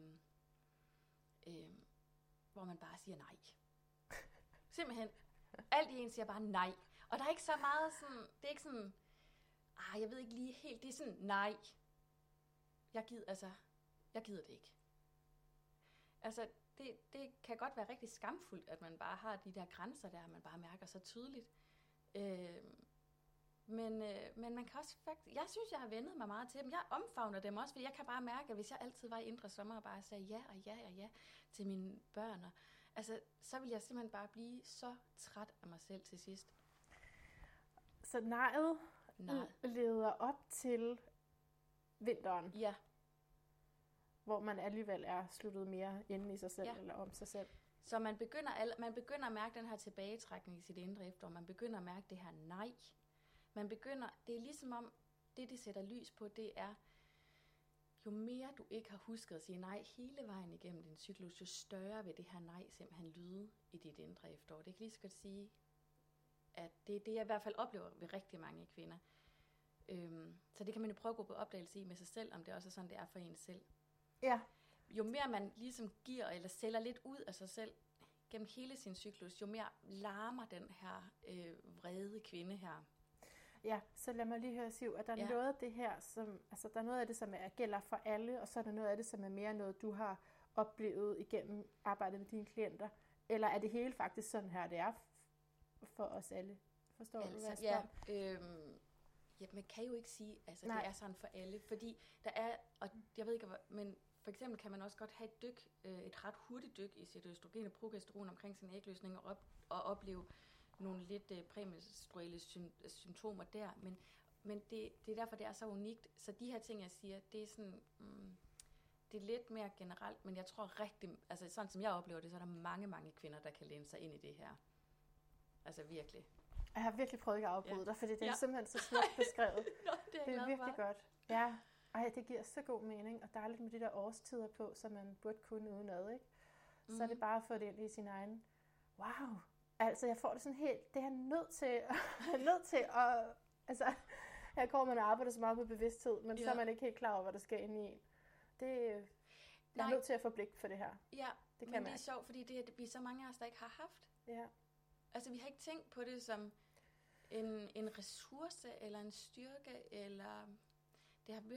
hvor man bare siger nej. Simpelthen. Alt i en siger bare nej. Og der er ikke så meget sådan, det er ikke sådan, jeg ved ikke lige helt, det er sådan, nej. Jeg gider det ikke. Altså, det kan godt være rigtig skamfuldt, at man bare har de der grænser der, man bare mærker så tydeligt. Men man kan også faktisk, jeg synes, jeg har vendet mig meget til dem. Jeg omfavner dem også, fordi jeg kan bare mærke, at hvis jeg altid var i indre sommer og bare sagde ja og ja og ja til mine børn, altså, så ville jeg simpelthen bare blive så træt af mig selv til sidst. Så nejet leder op til vinteren. Ja. Hvor man alligevel er sluttet mere inde i sig selv, eller om sig selv. Så man begynder at mærke den her tilbagetrækning i sit indre efterår. Man begynder at mærke det her nej. Det er ligesom om, det sætter lys på, det er, jo mere du ikke har husket at sige nej hele vejen igennem din cyklus, jo større vil det her nej simpelthen lyde i dit indre efterår. Det kan lige så godt sige, at det er det, jeg i hvert fald oplever ved rigtig mange kvinder. Så det kan man jo prøve at gå på opdagelse i med sig selv, om det også er sådan, det er for en selv. Ja. Jo mere man ligesom giver eller sælger lidt ud af sig selv gennem hele sin cyklus, jo mere larmer den her vrede kvinde her. Ja, så lad mig lige høre, Siv, at der er noget af det her, som, altså der er noget af det, som gælder for alle, og så er der noget af det, som er mere noget, du har oplevet igennem arbejdet med dine klienter. Eller er det hele faktisk sådan her, det er for os alle? Forstår du, hvad jeg spørger? Ja, man kan jo ikke sige, altså det er sådan for alle, fordi der er, og jeg ved ikke, men for eksempel kan man også godt have et dyk, et ret hurtigt dyk i sit østrogen og progesteron omkring sin ægløsning og opleve nogle lidt præmenstruelle symptomer der, men det er derfor, det er så unikt. Så de her ting, jeg siger, det er sådan, det er lidt mere generelt, men jeg tror rigtig, altså sådan som jeg oplever det, så er der mange, mange kvinder, der kan læne sig ind i det her. Altså virkelig. Jeg har virkelig prøvet ikke at afbryde dig, fordi det er simpelthen så smukt beskrevet. Det er virkelig godt. Ja, det giver så god mening, og dejligt med de der årstider på, så man burde kunne udenad, ikke? Så er det bare at få det ind i sin egen, wow, altså jeg får det sådan helt, det er nødt til at, altså her kommer man og arbejder så meget med bevidsthed, men så er man ikke helt klar over, hvad der skal ind i en. Jeg er nødt til at få blik for det her. Ja, det kan men det er sjovt, fordi vi er så mange af os, der ikke har haft. Ja. Altså vi har ikke tænkt på det som en ressource, eller en styrke, eller det har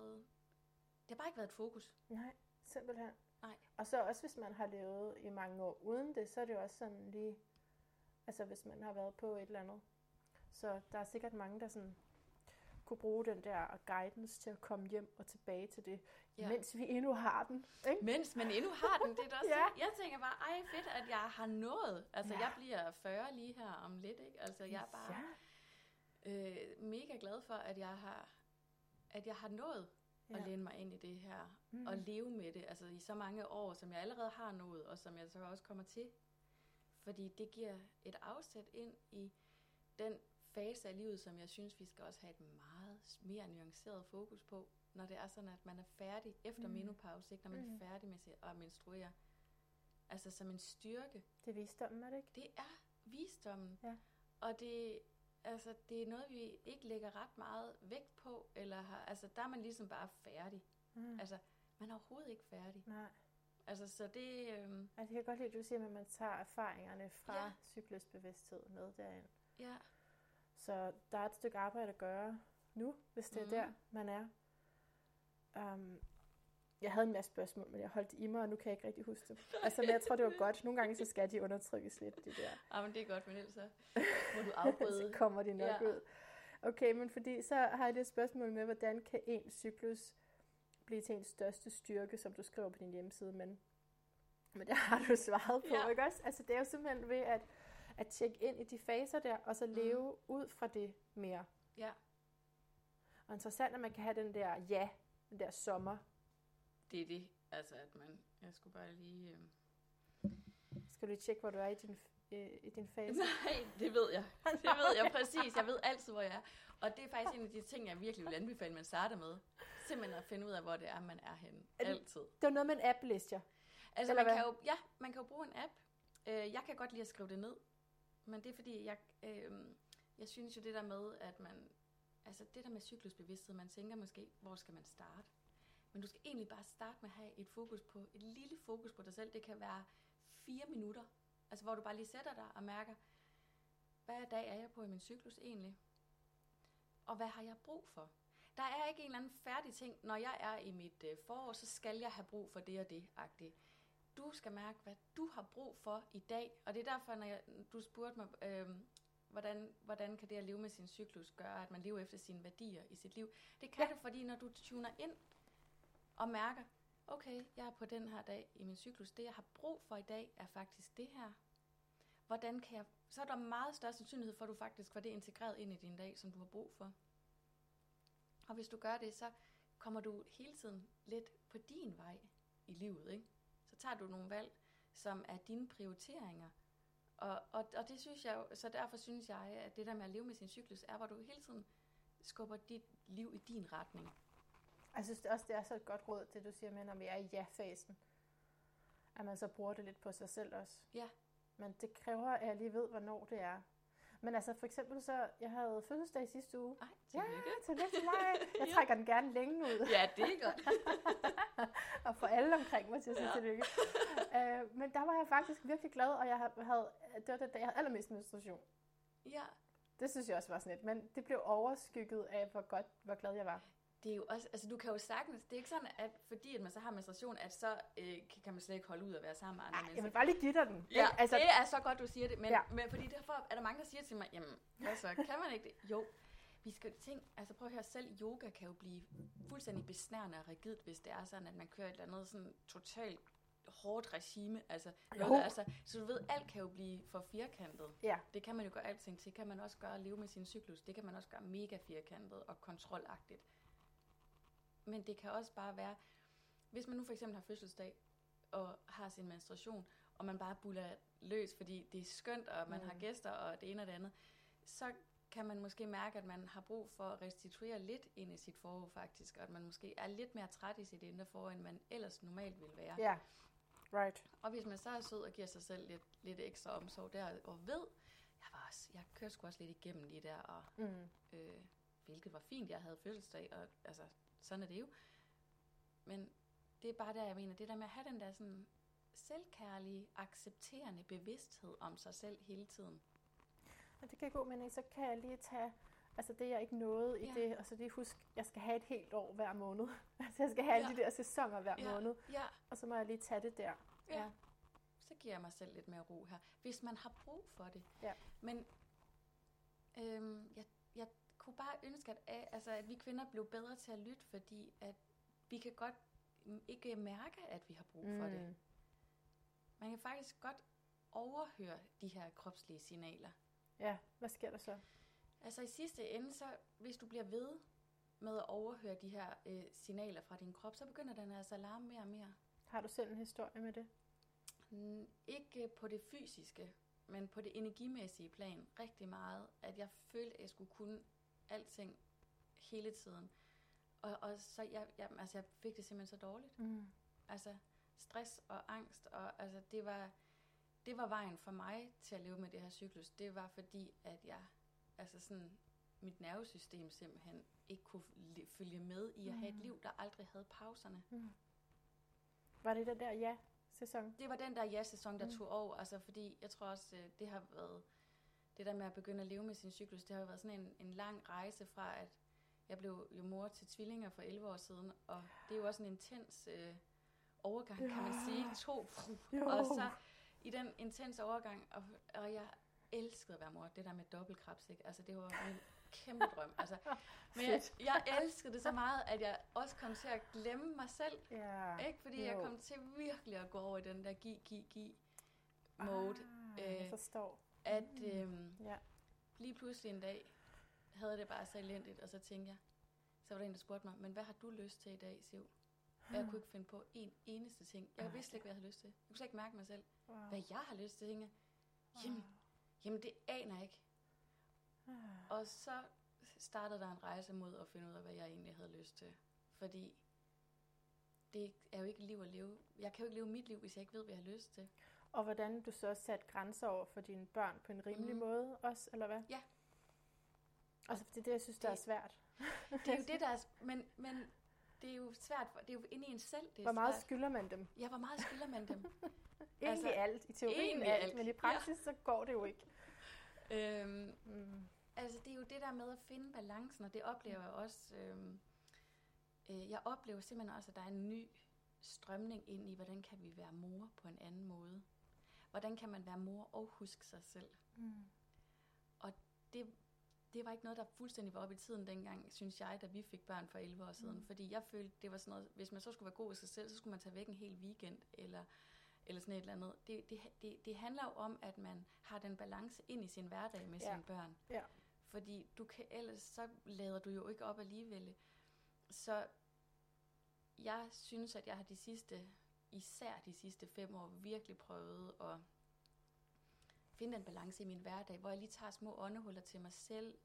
bare ikke været et fokus. Nej, simpelthen. Nej. Og så også hvis man har levet i mange år uden det, så er det jo også sådan lige, altså hvis man har været på et eller andet. Så der er sikkert mange, der sådan kunne bruge den der guidance til at komme hjem og tilbage til det, mens vi endnu har den. Ikke? Mens man endnu har den, det er også. Jeg tænker bare, fedt, at jeg har nået. Altså jeg bliver 40 lige her om lidt, ikke? Altså jeg er bare mega glad for, at jeg har nået at læne mig ind i det her, og leve med det, altså i så mange år, som jeg allerede har nået, og som jeg så også kommer til. Fordi det giver et afsæt ind i den fase af livet, som jeg synes, vi skal også have et meget mere nuanceret fokus på, når det er sådan, at man er færdig efter menopause, ikke? Når man er færdig med at menstruere. Altså som en styrke. Det er visdommen, er det ikke? Det er visdommen. Ja. Og det er noget, vi ikke lægger ret meget vægt på, altså der er man ligesom bare færdig. Altså, man er overhovedet ikke færdig. Nej. Altså, så det... Altså, jeg kan godt lide, at du siger, at man tager erfaringerne fra cyklusbevidsthed med derind. Ja. Så der er et stykke arbejde at gøre nu, hvis det er der, man er. Jeg havde en masse spørgsmål, men jeg holdt det i mig, og nu kan jeg ikke rigtig huske det. Altså, men jeg tror, det var godt. Nogle gange så skal de undertrykkes lidt, de der. Ja, men det er godt, men ellers så må du afbryde. Så kommer de nok ud. Okay, men fordi så har jeg et spørgsmål med, hvordan kan en cyklus blive til ens største styrke, som du skriver på din hjemmeside, men det har du svaret på, ikke også? Altså, det er jo simpelthen ved at tjekke ind i de faser der, og så leve ud fra det mere. Ja. Og interessant, at man kan have den der sommer. Det er det, altså at jeg skulle bare lige... Skal du lige tjekke, hvor du er i din fase? Nej, det ved jeg. Det ved jeg præcis. Jeg ved altid, hvor jeg er. Og det er faktisk en af de ting, jeg virkelig vil anbefale, man starter med. Simpelthen at finde ud af, hvor det er, man er henne. Altid. Det var noget med en app, læste jeg. Altså, man kan jo bruge en app. Jeg kan godt lide at skrive det ned. Men det er fordi, jeg synes jo det der med, at man... Altså det der med cyklusbevidsthed, man tænker måske, hvor skal man starte? Men du skal egentlig bare starte med at have et lille fokus på dig selv. Det kan være 4 minutter. Altså hvor du bare lige sætter dig og mærker, hvad dag er jeg på i min cyklus egentlig? Og hvad har jeg brug for? Der er ikke en eller anden færdig ting. Når jeg er i mit forår, så skal jeg have brug for det og det-agtigt. Du skal mærke, hvad du har brug for i dag. Og det er derfor, når du spurgte mig, hvordan kan det at leve med sin cyklus gøre, at man lever efter sine værdier i sit liv. Det kan det, fordi når du tuner ind og mærker, okay, jeg er på den her dag i min cyklus. Det, jeg har brug for i dag, er faktisk det her. Hvordan kan jeg... Så er der meget større sandsynlighed for, at du faktisk får det integreret ind i din dag, som du har brug for. Og hvis du gør det, så kommer du hele tiden lidt på din vej i livet, ikke? Så tager du nogle valg, som er dine prioriteringer. Og det synes jeg jo, så derfor synes jeg, at det der med at leve med sin cyklus, er, hvor du hele tiden skubber dit liv i din retning. Jeg synes også, det er så et godt råd, det du siger med, når vi er i ja-fasen. At man så bruger det lidt på sig selv også. Ja. Men det kræver, at jeg lige ved, hvornår det er. Men altså for eksempel så, jeg havde fødselsdag i sidste uge. Ej, tillykke. Ja, tillykke til mig. Jeg trækker den gerne længe ud. Ja, det er godt. Og få alle omkring mig til at sige tillykke. Men der var jeg faktisk virkelig glad, og det var den dag, jeg havde allermest menstruation. Ja. Det synes jeg også var sådan lidt, men det blev overskygget af, hvor glad jeg var. Det er jo også, altså du kan jo sagtens, det er ikke sådan, at fordi at man så har menstruation, at så kan man slet ikke holde ud og være sammen med andre mennesker. Jeg vil bare lige give dig den. Ja, altså, det er så godt, du siger det, men fordi derfor er der mange, der siger til mig, jamen, altså, kan man ikke det? Jo, vi skal tænke, altså prøv at høre, selv yoga kan jo blive fuldstændig besnærende og rigidt, hvis det er sådan, at man kører et eller andet sådan totalt hårdt regime, altså, så du ved, alt kan jo blive for firkantet. Ja. Det kan man jo gøre alting til, kan man også gøre at leve med sin cyklus, det kan man også gøre mega firkantet og kontrolagtigt. Men det kan også bare være, hvis man nu for eksempel har fødselsdag og har sin menstruation, og man bare buller løs, fordi det er skønt, og man har gæster og det ene og det andet, så kan man måske mærke, at man har brug for at restituere lidt ind i sit forår faktisk, og at man måske er lidt mere træt i sit indre forår, end man ellers normalt ville være. Ja, right. Og hvis man så er sød og giver sig selv lidt ekstra omsorg der, og ved, jeg kørte sgu også lidt igennem lige der, og hvilket var fint, jeg havde fødselsdag, og altså, sådan er det jo. Men det er bare der, jeg mener, det der med at have den der sådan selvkærlige, accepterende bevidsthed om sig selv hele tiden. Og det kan gå, men så kan jeg lige tage, altså det jeg ikke nåede i det, og så lige huske, jeg skal have et helt år hver måned. Altså jeg skal have alle de der sæsoner hver måned. Ja. Og så må jeg lige tage det der. Ja. Så giver jeg mig selv lidt mere ro her, hvis man har brug for det. Ja. Men jeg kunne bare ønske, at vi kvinder blev bedre til at lytte, fordi at vi kan godt ikke mærke, at vi har brug for det. Man kan faktisk godt overhøre de her kropslige signaler. Ja, hvad sker der så? Altså i sidste ende, så hvis du bliver ved med at overhøre de her signaler fra din krop, så begynder den altså at larme mere og mere. Har du selv en historie med det? Ikke på det fysiske, men på det energimæssige plan rigtig meget, at jeg følte, at jeg skulle kunne alting hele tiden. Og så jeg fik det simpelthen så dårligt. Altså stress og angst, og altså det var vejen for mig til at leve med det her cyklus. Det var fordi, at jeg, altså sådan, mit nervesystem simpelthen ikke kunne følge med i at have et liv, der aldrig havde pauserne. Var det den der ja-sæson? Det var den der ja-sæson, der tog over, altså fordi jeg tror også, det har været det der med at begynde at leve med sin cyklus, det har jo været sådan en lang rejse fra, at jeg blev jo mor til tvillinger for 11 år siden, og det er jo også en intens overgang, kan man sige. Og så i den intense overgang, og jeg elskede at være mor, det der med dobbeltkrebs, ikke? Altså det var min kæmpe drøm. Altså, men jeg elskede det så meget, at jeg også kom til at glemme mig selv. Ikke? Fordi jeg kom til virkelig at gå over i den der give mode. Jeg forstår. At lige pludselig en dag havde det bare så elendigt, og så tænkte jeg, så var der en, der spurgte mig, men hvad har du lyst til i dag, Siv? Og jeg kunne ikke finde på en eneste ting. Jeg vidste ikke, hvad jeg havde lyst til. Jeg kunne slet ikke mærke mig selv. Hvad jeg har lyst til, tænkte jeg. Jamen, det aner jeg ikke. Og så startede der en rejse mod at finde ud af, hvad jeg egentlig havde lyst til. Fordi det er jo ikke liv at leve. Jeg kan jo ikke leve mit liv, hvis jeg ikke ved, hvad jeg har lyst til. Og hvordan du så sat grænser over for dine børn på en rimelig måde også, eller hvad? Ja. Altså, det er det, jeg synes, der er svært. Det er jo det, der er... Men det er jo svært, det er jo inde i en selv, det er Hvor meget svært. skylder man dem? Ja, hvor meget skylder man dem? Egentlig alt. I teorien alt, men i praksis så går det jo ikke. Altså, det er jo det der med at finde balancen, og det oplever jeg også. Jeg oplever simpelthen også, at der er en ny strømning ind i, hvordan kan vi være mor på en anden måde. Hvordan kan man være mor og huske sig selv? Og det var ikke noget, der fuldstændig var op i tiden dengang, synes jeg, da vi fik børn for 11 år siden. Fordi jeg følte, det var sådan noget, hvis man så skulle være god i sig selv, så skulle man tage væk en hel weekend, eller sådan et eller andet. Det handler jo om, at man har den balance ind i sin hverdag med sine børn. Ja. Fordi ellers så lader du jo ikke op alligevel. Så jeg synes, at jeg har især de sidste 5 år virkelig prøvet at finde en balance i min hverdag, hvor jeg lige tager små åndehuller til mig selv,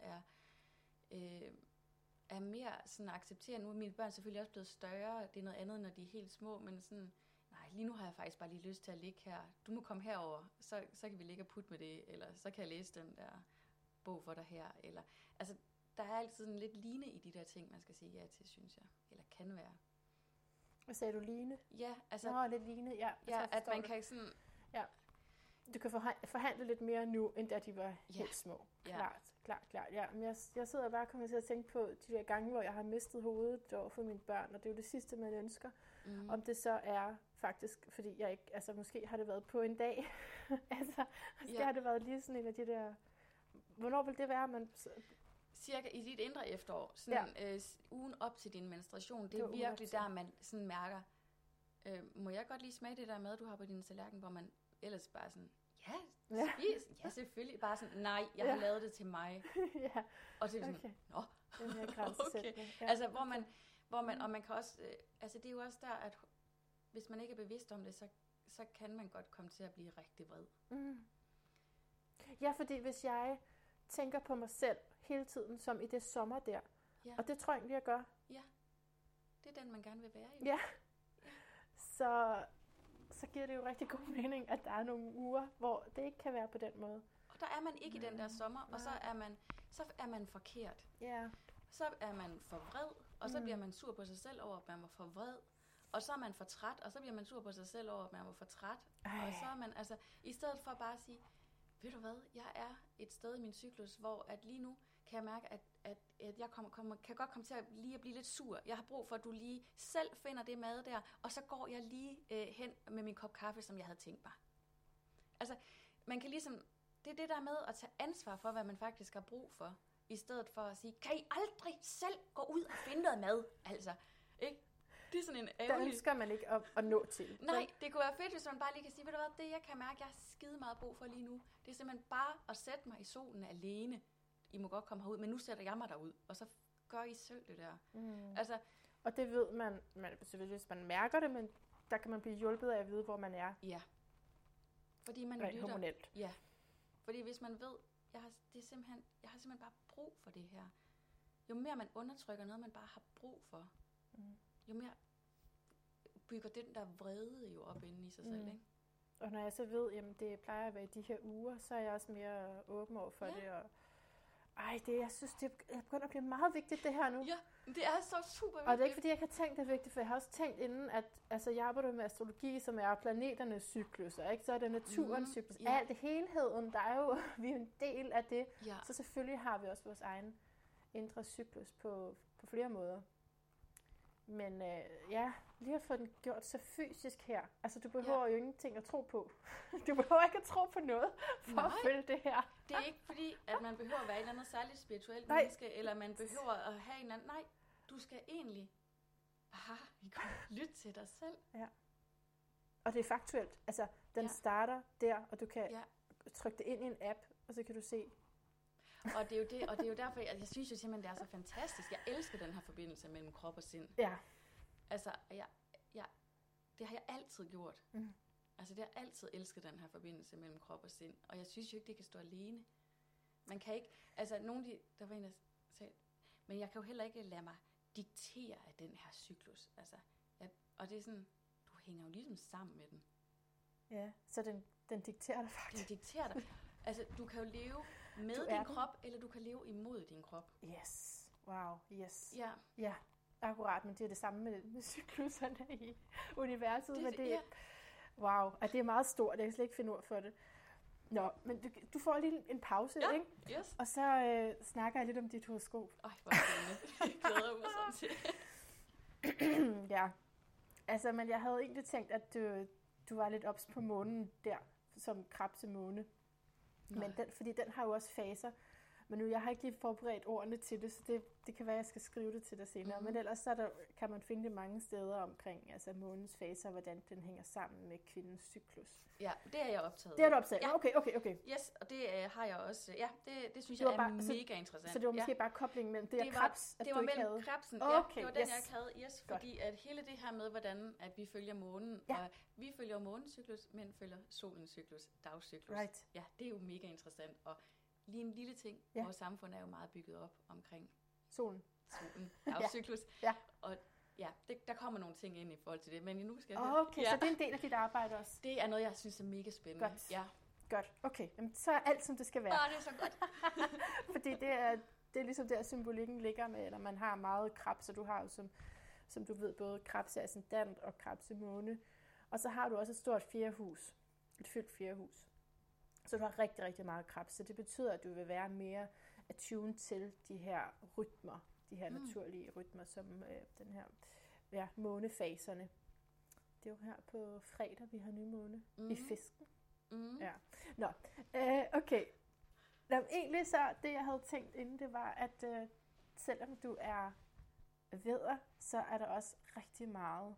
er mere sådan accepterende. Nu er mine børn selvfølgelig også blevet større, det er noget andet, når de er helt små, men sådan, nej, lige nu har jeg faktisk bare lige lyst til at ligge her. Du må komme herover, så kan vi ligge og putte med det, eller så kan jeg læse den der bog for dig her, eller, altså, der er altid sådan lidt line i de der ting, man skal sige ja til, synes jeg, eller kan være. Hvad sagde du, line? Ja, altså... lidt line, ja. Ja, at man kan sådan... Ja. Du kan forhandle lidt mere nu, end da de var helt små. Klart. Ja. Men jeg sidder bare og kommer til at tænke på de der gange, hvor jeg har mistet hovedet over for mine børn, og det er jo det sidste, man ønsker. Om det så er faktisk, fordi jeg ikke, altså måske har det været på en dag, altså måske har det været lige sådan en af de der, hvornår vil det være, cirka i dit indre efterår, sådan, ugen op til din menstruation, det er virkelig der, man sådan mærker, må jeg godt lige smage det der mad, du har på din tallerken, hvor man ellers bare sådan, spis, ja selvfølgelig, bare sådan, nej, jeg har lavet det til mig. Og så er sådan, nå, okay. Altså, hvor man, og man kan også, altså det er jo også der, at hvis man ikke er bevidst om det, så kan man godt komme til at blive rigtig vred. Ja, fordi hvis jeg tænker på mig selv hele tiden, som i det sommer der, og det tror jeg egentlig, jeg gør. Ja, det er den, man gerne vil være i. Ja, så giver det jo rigtig god mening, at der er nogle uger, hvor det ikke kan være på den måde. Og der er man ikke i den der sommer, og så er man forkert. Ja. Så er man for vred, og så bliver man sur på sig selv over, at man var for vred. Og så er man for træt, og så bliver man sur på sig selv over, at man var for træt. Og så er man, altså, i stedet for bare at sige, ved du hvad, jeg er et sted i min cyklus, hvor at lige nu kan jeg mærke, at jeg kan godt komme til at lige at blive lidt sur. Jeg har brug for, at du lige selv finder det mad der, og så går jeg lige hen med min kop kaffe, som jeg havde tænkt mig. Altså, man kan ligesom, det er det der med at tage ansvar for, hvad man faktisk har brug for, i stedet for at sige, kan I aldrig selv gå ud og finde noget mad? Altså, ikke? Det er sådan en ærgerlig... Der ønsker man ikke at nå til. Nej, det kunne være fedt, hvis man bare lige kan sige, ved du hvad, det jeg kan mærke, jeg har skide meget brug for lige nu, det er simpelthen bare at sætte mig i solen alene. I må godt komme herud, men nu sætter jeg mig derud, og så gør I selv det der. Altså, og det ved man selvfølgelig, hvis man mærker det, men der kan man blive hjulpet af at vide, hvor man er. Ja. Fordi man lytter. Hormonelt. Ja. Fordi hvis man ved, jeg har simpelthen bare brug for det her. Jo mere man undertrykker noget, man bare har brug for, jo mere bygger den der vrede jo op inde i sig selv, ikke? Og når jeg så ved, jamen det plejer at være i de her uger, så er jeg også mere åben over for det, og Jeg synes, det er begyndt at blive meget vigtigt, det her nu. Ja, det er så super vigtigt. Og det er ikke, fordi jeg ikke har tænkt, det er vigtigt, for jeg har også tænkt inden, at jeg arbejder med astrologi, som er planeternes cykluser, ikke? Så er det naturens cyklus. Alt det helheden, der er jo, vi er en del af det. Ja. Så selvfølgelig har vi også vores egen indre cyklus på flere måder. Men lige at få den gjort så fysisk her. Altså, du behøver jo ingenting at tro på. Du behøver ikke at tro på noget for at følge det her. Det er ikke fordi, at man behøver at være et eller andet særligt spirituelt menneske, eller man behøver at have en eller anden... Nej, du skal egentlig bare lytte til dig selv. Ja. Og det er faktuelt. Altså, den starter der, og du kan trykke det ind i en app, og så kan du se... Og det er jo derfor, jeg synes jo simpelthen, det er så fantastisk. Jeg elsker den her forbindelse mellem krop og sind. Ja. Altså, det har jeg altid gjort. Altså, det har jeg altid elsket, den her forbindelse mellem krop og sind. Og jeg synes jo ikke, det kan stå alene. Man kan ikke... Altså, der var en, der sagde... Men jeg kan jo heller ikke lade mig diktere af den her cyklus. Altså, og det er sådan... Du hænger jo ligesom sammen med den. Ja, så den dikterer dig faktisk. Den dikterer dig. Altså, du kan jo leve med din krop, eller du kan leve imod din krop. Yes. Wow, yes. Ja. Ja, akkurat, men det er det samme med cykluserne i universet. Wow, og det er meget stort, jeg kan slet ikke finde ord for det. Nå, men du får lige en pause, ikke? Yes. Og så snakker jeg lidt om dit horoskop. Hvor spændende. Jeg glæder mig sådan til. Ja, altså, men jeg havde egentlig tænkt, at du var lidt ops på månen der, som krebsemåne. Men fordi den har jo også faser. Men nu, jeg har ikke lige forberedt ordene til det, så det kan være, jeg skal skrive det til dig senere. Men ellers så kan man finde det mange steder omkring altså månens faser, hvordan den hænger sammen med kvindens cyklus. Ja, det er jeg optaget. Det er du optaget? Ja. Okay. Yes, og det har jeg også. Ja, det synes jeg er mega interessant. Så det var måske bare koblingen mellem det og krebs, at du ikke havde? Det var mellem krebsen, okay, det var den, jeg ikke havde. Yes, fordi at hele det her med, hvordan at vi følger månen, og vi følger månens cyklus, men følger solens cyklus, dagscyklus. Right. Ja, det er jo mega interessant, og lige en lille ting, vores samfund er jo meget bygget op omkring solen, dagscyklus, og der kommer nogle ting ind i forhold til det, men nu skal jeg... Okay, så det er en del af dit arbejde også? Det er noget, jeg synes er mega spændende. Godt. Ja. Godt, okay. Jamen, så er alt, som det skal være. Det er så godt. Fordi det er ligesom der, symbolikken ligger med, eller man har meget krebs, så du har jo, som du ved, både krebs i ascendant og krebs i måne. Og så har du også et stort fjerdehus, et fyldt fjerdehus. Så du har rigtig, rigtig meget krebs. Så det betyder, at du vil være mere attuned til de her rytmer, de her naturlige rytmer, som den her månefaserne. Det er jo her på fredag, vi har nymåne i fisken. Ja. Nå, okay. Egentlig så, det jeg havde tænkt inden, det var, at selvom du er vædder, så er der også rigtig meget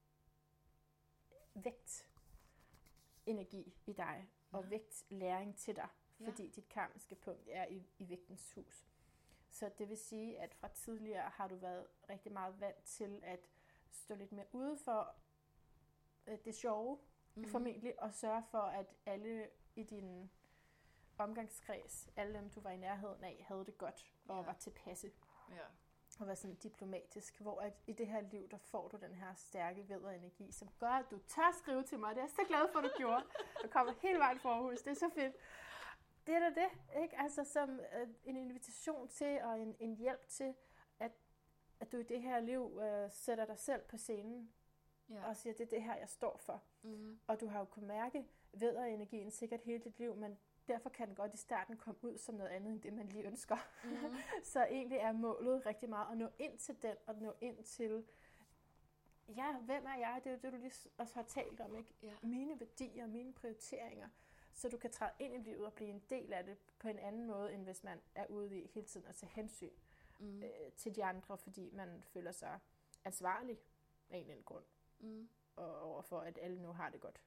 vægtenergi i dig, og vægtlæring til dig, fordi dit karmiske punkt er i vægtens hus. Så det vil sige, at fra tidligere har du været rigtig meget vant til at stå lidt mere ude for det sjove, formentlig, og sørge for, at alle i din omgangskreds, alle dem, du var i nærheden af, havde det godt og var tilpasse. Ja. Og var sådan diplomatisk, hvor at i det her liv, der får du den her stærke vædderenergi, som gør, at du tør skrive til mig. Det er jeg så glad for, at du gjorde. Og kommer hele vejen for Aarhus. Det er så fedt. Det er da det, ikke? Altså som en invitation til, og en hjælp til, at du i det her liv sætter dig selv på scenen, og siger, det er det her, jeg står for. Og du har jo kunnet mærke vædderenergien sikkert hele dit liv, men derfor kan den godt i starten komme ud som noget andet, end det man lige ønsker. Så egentlig er målet rigtig meget at nå ind til den, og nå ind til, hvem er jeg? Det er jo det, du lige også har talt om, ikke? Ja. Mine værdier, mine prioriteringer, så du kan træde ind i livet og blive en del af det på en anden måde, end hvis man er ude i hele tiden at tage hensyn til de andre, fordi man føler sig ansvarlig af en eller anden grund, og overfor, at alle nu har det godt.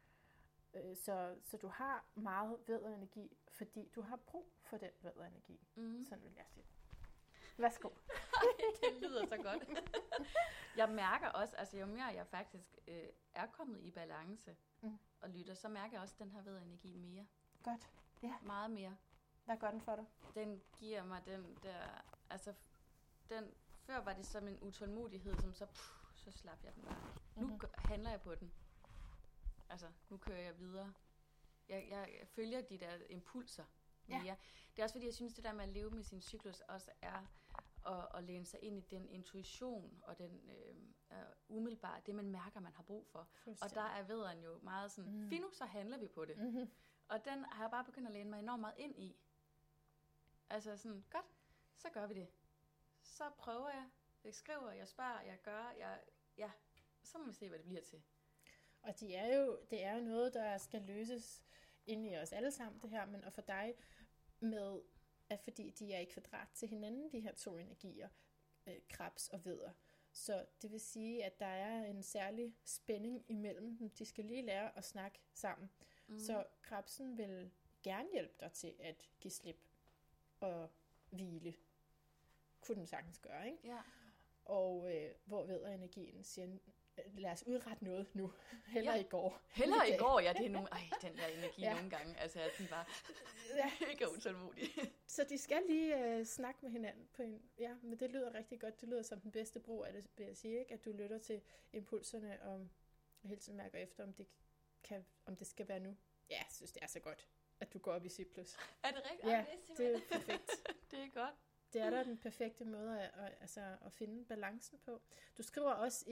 Så du har meget vædderenergi, fordi du har brug for den vædderenergi. Sådan vil jeg sige. Værsgo. Det lyder så godt. Jeg mærker også, altså jo mere jeg faktisk er kommet i balance og lytter, så mærker jeg også den her vædderenergi mere. Godt. Ja. Meget mere. Hvad gør den for dig? Den giver mig den der, altså før var det som en utålmodighed, som så slap jeg den bare. Nu handler jeg på den. Altså, nu kører jeg videre. Jeg følger de der impulser. mere. Det er også fordi, jeg synes, det der med at leve med sin cyklus også er at læne sig ind i den intuition og den umiddelbare, det man mærker, man har brug for. Og der er vædderen jo meget sådan, fint nu, så handler vi på det. Mm-hmm. Og den har jeg bare begyndt at læne mig enormt meget ind i. Altså sådan, godt, så gør vi det. Så prøver jeg skriver, jeg spørger, jeg gør, så må vi se, hvad det bliver til. Og det er jo noget, der skal løses inde i os alle sammen, det her, men og for dig med, at fordi de er i kvadrat til hinanden, de her to energier, krebs og vædder. Så det vil sige, at der er en særlig spænding imellem dem. De skal lige lære at snakke sammen. Så krebsen vil gerne hjælpe dig til at give slip og hvile. Kunne den sagtens gøre, ikke? Ja. Og hvor vædderenergien siger, lad os udrette noget nu. Hellere i går. Hellere i går, ja. Det er den der energi nogle gange. Altså, at den bare ikke er utålmodig. Så de skal lige snakke med hinanden på en... Ja, men det lyder rigtig godt. Det lyder som den bedste brug af det, vil jeg sige, ikke? At du lytter til impulserne og hele tiden mærker efter, om det skal være nu. Ja, jeg synes, det er så godt, at du går op i cyklus. Er det rigtigt? Ja, det er perfekt. Det er godt. Det er der den perfekte måde at finde balancen på. Du skriver også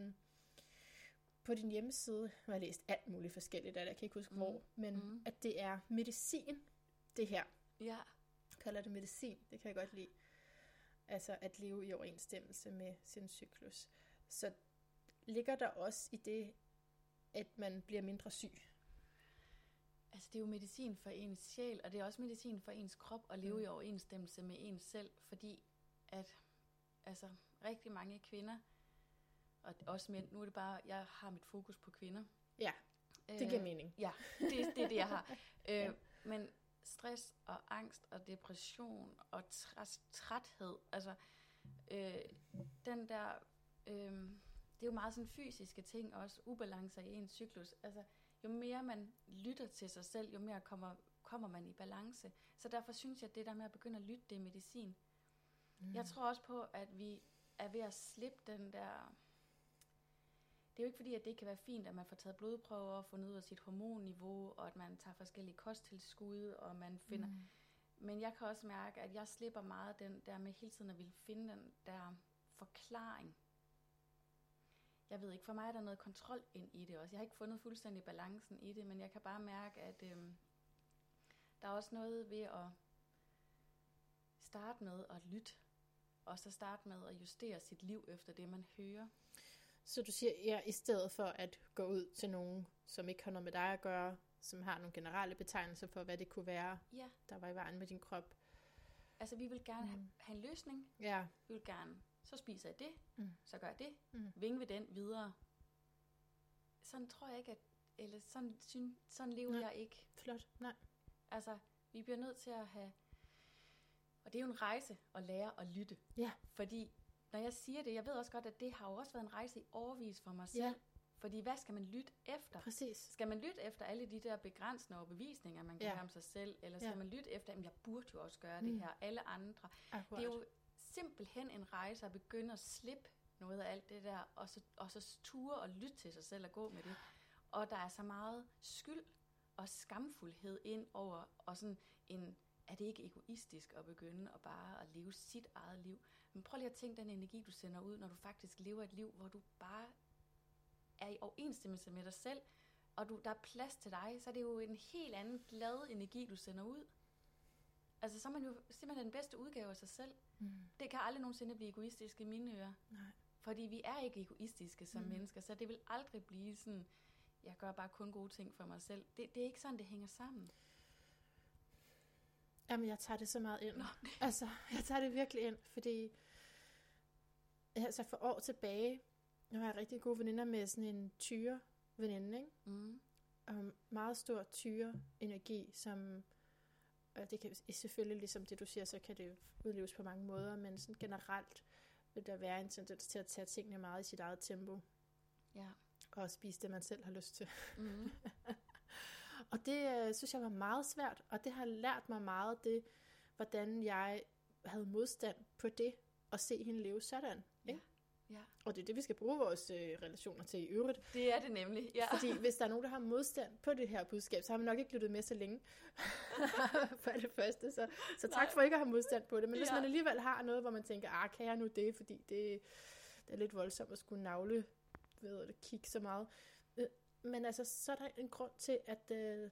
på din hjemmeside, jeg har læst alt muligt forskelligt, jeg kan ikke huske hvor, men at det er medicin, det her. Ja. Jeg kalder det medicin, det kan jeg godt lide. Altså at leve i overensstemmelse med sin cyklus. Så ligger der også i det, at man bliver mindre syg? Altså det er jo medicin for ens sjæl, og det er også medicin for ens krop at leve i overensstemmelse med ens selv, fordi at rigtig mange kvinder, og også mænd, nu er det bare, jeg har mit fokus på kvinder. Ja, det giver mening. Ja, det er det, jeg har. Men stress og angst og depression og træthed, altså den der, det er jo meget sådan fysiske ting også, ubalancer i ens cyklus, altså jo mere man lytter til sig selv, jo mere kommer man i balance. Så derfor synes jeg, at det der med at begynde at lytte, det er medicin. Jeg tror også på, at vi er ved at slippe den der... Det er jo ikke fordi, at det kan være fint, at man får taget blodprøver og fundet ud af sit hormonniveau, og at man tager forskellige kosttilskud, og man finder... Men jeg kan også mærke, at jeg slipper meget den der med hele tiden at ville finde den der forklaring. Jeg ved ikke, for mig er der noget kontrol ind i det også. Jeg har ikke fundet fuldstændig balancen i det, men jeg kan bare mærke, at der er også noget ved at starte med at lytte, og så starte med at justere sit liv efter det, man hører. Så du siger, ja, i stedet for at gå ud til nogen, som ikke har noget med dig at gøre, som har nogle generelle betegnelser for, hvad det kunne være, der var i vejen med din krop. Altså, vi vil gerne have en løsning. Ja. Vi vil gerne, så spiser jeg det, så gør jeg det, ving ved den videre. Sådan tror jeg ikke, eller sådan lever jeg ikke. Flot, nej. Altså, vi bliver nødt til at have, og det er jo en rejse at lære at lytte. Ja. Fordi, når jeg siger det, jeg ved også godt, at det har jo også været en rejse i årevis for mig selv. Ja. Fordi hvad skal man lytte efter? Præcis. Skal man lytte efter alle de der begrænsende overbevisninger, man kan have om sig selv? Eller skal man lytte efter, at jeg burde jo også gøre det her, alle andre? Akkurat. Det er jo simpelthen en rejse at begynde at slippe noget af alt det der, og så ture og lytte til sig selv og gå med det. Og der er så meget skyld og skamfuldhed ind over, og sådan er det ikke egoistisk at begynde at bare at leve sit eget liv? Men prøv lige at tænke den energi, du sender ud, når du faktisk lever et liv, hvor du bare er i overensstemmelse med dig selv, og der er plads til dig, så er det jo en helt anden glad energi, du sender ud. Altså, så er man jo simpelthen den bedste udgave af sig selv. Det kan aldrig nogensinde blive egoistisk i mine ører. Nej. Fordi vi er ikke egoistiske som mennesker, så det vil aldrig blive sådan, jeg gør bare kun gode ting for mig selv. Det er ikke sådan, det hænger sammen. Jamen, jeg tager det så meget ind. Altså, jeg tager det virkelig ind, fordi altså for år tilbage, nu har jeg rigtig gode veninder med sådan en tyre-veninde, ikke? Meget stor tyre-energi, som, det kan selvfølgelig ligesom det, du siger, så kan det udleves på mange måder, men sådan generelt vil der være en tendens til at tage tingene meget i sit eget tempo. Ja. Og spise det, man selv har lyst til. Og det synes jeg var meget svært, og det har lært mig meget hvordan jeg havde modstand på det, at se hende leve sådan. Ikke? Ja. Og det er det, vi skal bruge vores relationer til i øvrigt. Det er det nemlig, ja. Fordi hvis der er nogen, der har modstand på det her budskab, så har vi nok ikke lyttet med så længe for det første. Så tak for ikke at have modstand på det. Men hvis man alligevel har noget, hvor man tænker, kan jeg nu det? Fordi det er lidt voldsomt at skulle navle ved at kigge så meget. Men altså, så er der en grund til, at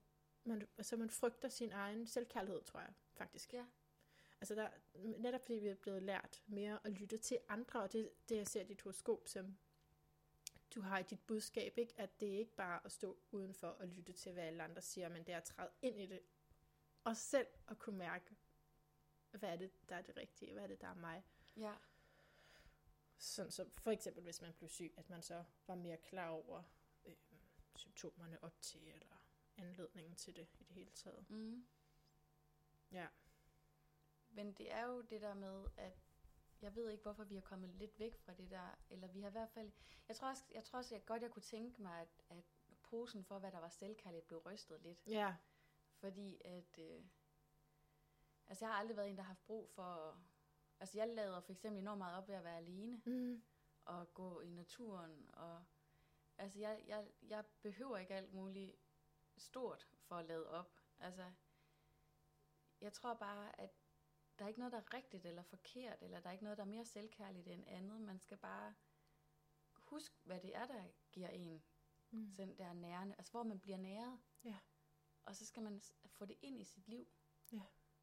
man frygter sin egen selvkærlighed, tror jeg faktisk. Ja. Altså netop fordi vi er blevet lært mere at lytte til andre, og det jeg ser i dit horoskop, som du har i dit budskab, ikke? At det er ikke bare at stå udenfor og lytte til, hvad alle andre siger, men det er at træde ind i det, og selv at kunne mærke, hvad er det, der er det rigtige, hvad er det, der er mig. Ja. Sådan så for eksempel, hvis man blev syg, at man så var mere klar over symptomerne op til, eller anledningen til det i det hele taget. Mm. Ja. Men det er jo det der med, at jeg ved ikke, hvorfor vi er kommet lidt væk fra det der, eller vi har i hvert fald, jeg tror også jeg kunne tænke mig, at posen for, hvad der var selvkærlighed, blev rystet lidt. Ja. Fordi at, altså jeg har aldrig været en, der har haft brug for, altså jeg lader for eksempel enormt meget op ved at være alene, og gå i naturen, og altså jeg behøver ikke alt muligt stort for at lade op. Altså, jeg tror bare, at der er ikke noget, der er rigtigt eller forkert, eller der er ikke noget, der er mere selvkærligt end andet. Man skal bare huske, hvad det er, der giver en sådan der nærende, altså hvor man bliver næret. Ja. Og så skal man få det ind i sit liv. Ja.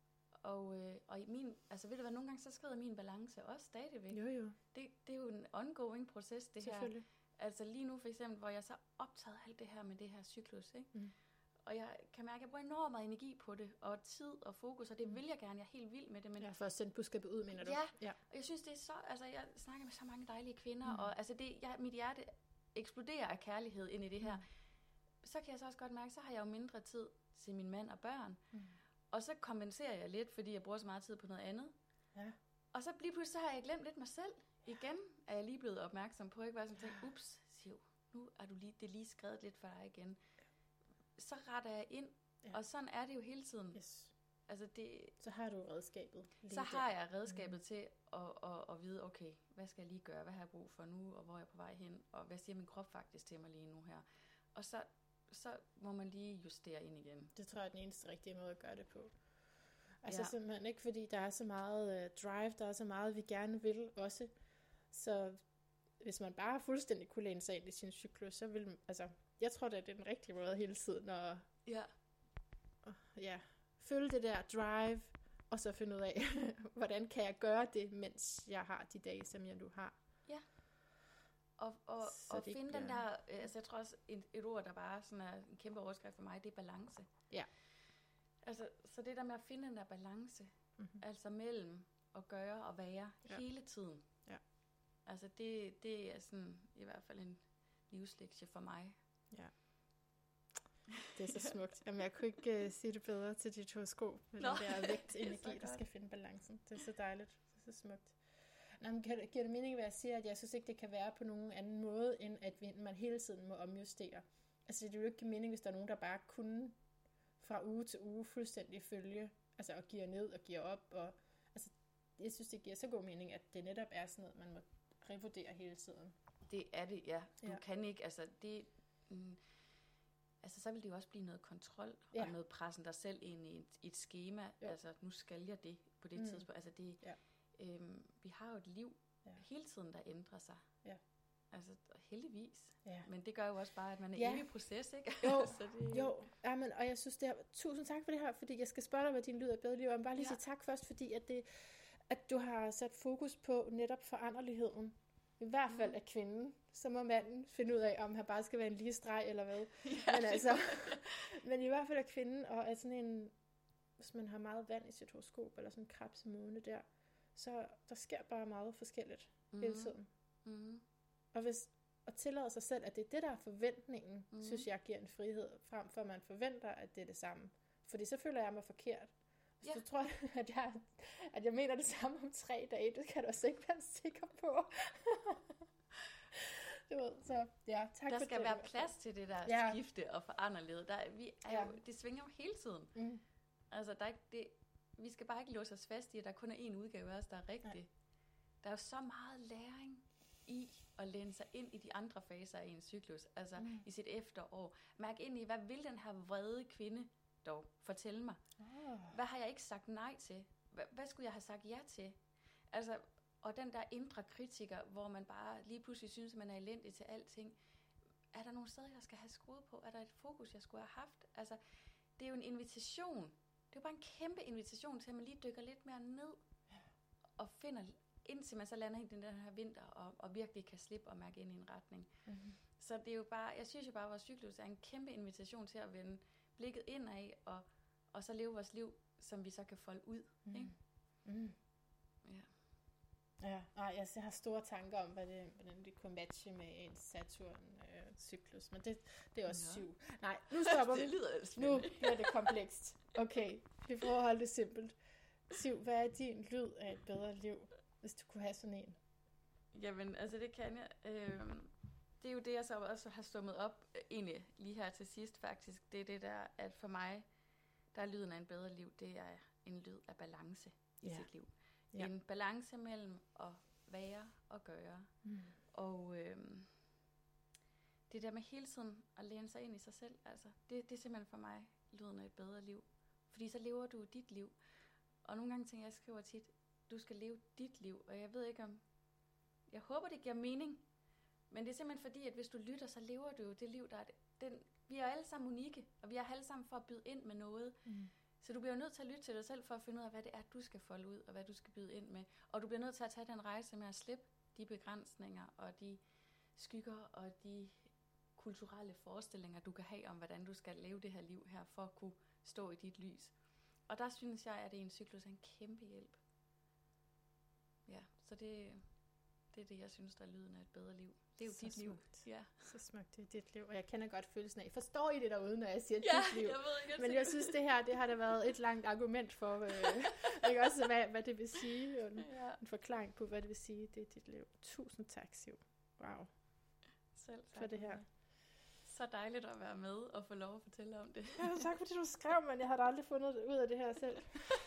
Og i min, altså ved du hvad, nogle gange så skrider min balance også stadigvæk. Jo. Det er jo en ongoing proces, det her. Altså lige nu for eksempel, hvor jeg så optaget alt det her med det her cyklus, ikke? Og jeg kan mærke, at jeg bruger enormt meget energi på det, og tid og fokus, og det vil jeg gerne. Jeg er helt vild med det. Men for at sende budskabet ud, mener du? Ja, og jeg synes, det er så, altså jeg snakker med så mange dejlige kvinder, og altså mit hjerte eksploderer af kærlighed ind i det her. Så kan jeg så også godt mærke, så har jeg jo mindre tid til min mand og børn. Og så kompenserer jeg lidt, fordi jeg bruger så meget tid på noget andet. Ja. Og så lige pludselig, så har jeg glemt lidt mig selv. Igen er jeg lige blevet opmærksom på, ikke være sådan tænkt, ups, Siv, nu er det lige skrevet lidt for dig igen. Så retter jeg ind, og sådan er det jo hele tiden. Yes. Altså så har du redskabet. Så har jeg redskabet til at vide, okay, hvad skal jeg lige gøre, hvad har jeg brug for nu, og hvor er jeg på vej hen, og hvad siger min krop faktisk til mig lige nu her. Og så må man lige justere ind igen. Det tror jeg er den eneste rigtige måde at gøre det på. Altså simpelthen ikke, fordi der er så meget drive, der er så meget, vi gerne vil også. Så hvis man bare fuldstændig kunne læne sig ind i sin cyklus, så vil jeg tror, det er den rigtige måde hele tiden at følge det der drive, og så finde ud af, hvordan kan jeg gøre det, mens jeg har de dage, som jeg nu har. Ja. Og finde den der, altså jeg tror også, et ord, der bare sådan er en kæmpe overskrift for mig, det er balance. Ja. Altså, så det der med at finde den der balance, altså mellem at gøre og være hele tiden. Ja. Altså det er sådan i hvert fald en livslektie for mig. Ja. Det er så smukt. Jamen, jeg kunne ikke sige det bedre til dit horoskop, med den der vægtenergi, der skal finde balancen. Det er så dejligt. Det er så smukt. Nå, men giver det mening, hvad jeg siger, at jeg synes ikke, det kan være på nogen anden måde, end at man hele tiden må omjustere. Altså, det vil jo ikke give mening, hvis der er nogen, der bare kunne fra uge til uge fuldstændig følge, altså og giver ned og giver op. Og, altså, jeg synes, det giver så god mening, at det netop er sådan noget, man må revurdere hele tiden. Det er det, ja. Du kan ikke, altså det... Altså, så vil det jo også blive noget kontrol, og noget pressen dig selv ind i et schema. Jo. Altså, nu skal jeg det på det tidspunkt. Altså, det, vi har jo et liv hele tiden, der ændrer sig. Ja. Altså, heldigvis. Ja. Men det gør jo også bare, at man er inde i proces, ikke? Jo, så det... jo. Jamen, og jeg synes, det er... Tusind tak for det her, fordi jeg skal spørge dig, hvad din lyd er bedre liv. Jeg vil bare lige sige tak først, fordi at du har sat fokus på netop foranderligheden. I hvert fald af kvinden, så må manden finde ud af, om han bare skal være en lige streg eller hvad. Ja, men i hvert fald af kvinden, og er sådan en, hvis man har meget vand i sit horoskop, eller sådan en krebsmåne der, så der sker bare meget forskelligt hele tiden. Og tillade sig selv, at det er det, der er forventningen, synes jeg giver en frihed, frem for at man forventer, at det er det samme. Fordi så føler jeg mig forkert. Så tror jeg, at jeg mener det samme om 3 dage. Det kan du også ikke være sikker på. Så tak for det. Der skal være plads til det der skifte og foranderlighed. Det svinger jo hele tiden. Altså, vi skal bare ikke låse os fast i, at der kun er én udgave af os, der er rigtig. Der er jo så meget læring i at læne sig ind i de andre faser af en cyklus, altså i sit efterår. Mærk ind i, hvad vil den her vrede kvinde dog fortælle mig? Hvad har jeg ikke sagt nej til? Hvad skulle jeg have sagt ja til? Altså, og den der indre kritiker, hvor man bare lige pludselig synes, at man er elendig til alting. Er der nogle steder, jeg skal have skruet på? Er der et fokus, jeg skulle have haft? Altså, det er jo en invitation. Det er jo bare en kæmpe invitation til, at man lige dykker lidt mere ned og finder, indtil man så lander i den her vinter og virkelig kan slippe og mærke ind i en retning. Så det er jo bare, jeg synes jo bare, at vores cyklus er en kæmpe invitation til at vende blikket indad og så leve vores liv, som vi så kan folde ud. Ikke? Ja, jeg har store tanker om, hvordan det kunne matche med en Saturn-cyklus, men det er også 7. Nej, nu stopper vi. Det lyder nu bliver det komplekst. Okay, vi får holde det simpelt. 7, hvad er din lyd af et bedre liv, hvis du kunne have sådan en? Jamen, altså det kan jeg. Det er jo det, jeg så også har stummet op egentlig lige her til sidst faktisk. Det er det der, at for mig, der er lyden af en bedre liv, det er en lyd af balance i sit liv. Ja. En balance mellem at være og gøre. Og det der med hele tiden at læne sig ind i sig selv, altså, det er simpelthen for mig lyden af et bedre liv. Fordi så lever du dit liv. Og nogle gange tænker jeg skriver tit, du skal leve dit liv. Og jeg ved ikke om, jeg håber det giver mening. Men det er simpelthen fordi, at hvis du lytter, så lever du jo det liv, der er vi er alle sammen unikke. Og vi er alle sammen for at byde ind med noget. Så du bliver nødt til at lytte til dig selv for at finde ud af, hvad det er, du skal folde ud, og hvad du skal byde ind med. Og du bliver nødt til at tage den rejse med at slippe de begrænsninger, og de skygger, og de kulturelle forestillinger, du kan have om, hvordan du skal leve det her liv her, for at kunne stå i dit lys. Og der synes jeg, at det er en cyklus er en kæmpe hjælp. Ja, så det er det, jeg synes, der er lyden af et bedre liv. Det er jo dit liv. Ja. Så smukt, det er dit liv. Og jeg kender godt følelsen af, forstår I det derude, når jeg siger dit liv? Jeg ved ikke, men jeg synes, det her, det har da været et langt argument for, ikke også, hvad det vil sige. En forklaring på, hvad det vil sige, det er dit liv. Tusind tak, Siv. Wow. Selv tak for det her. Så dejligt at være med og få lov at fortælle om det. Ja, tak fordi du skrev, men jeg har da aldrig fundet ud af det her selv.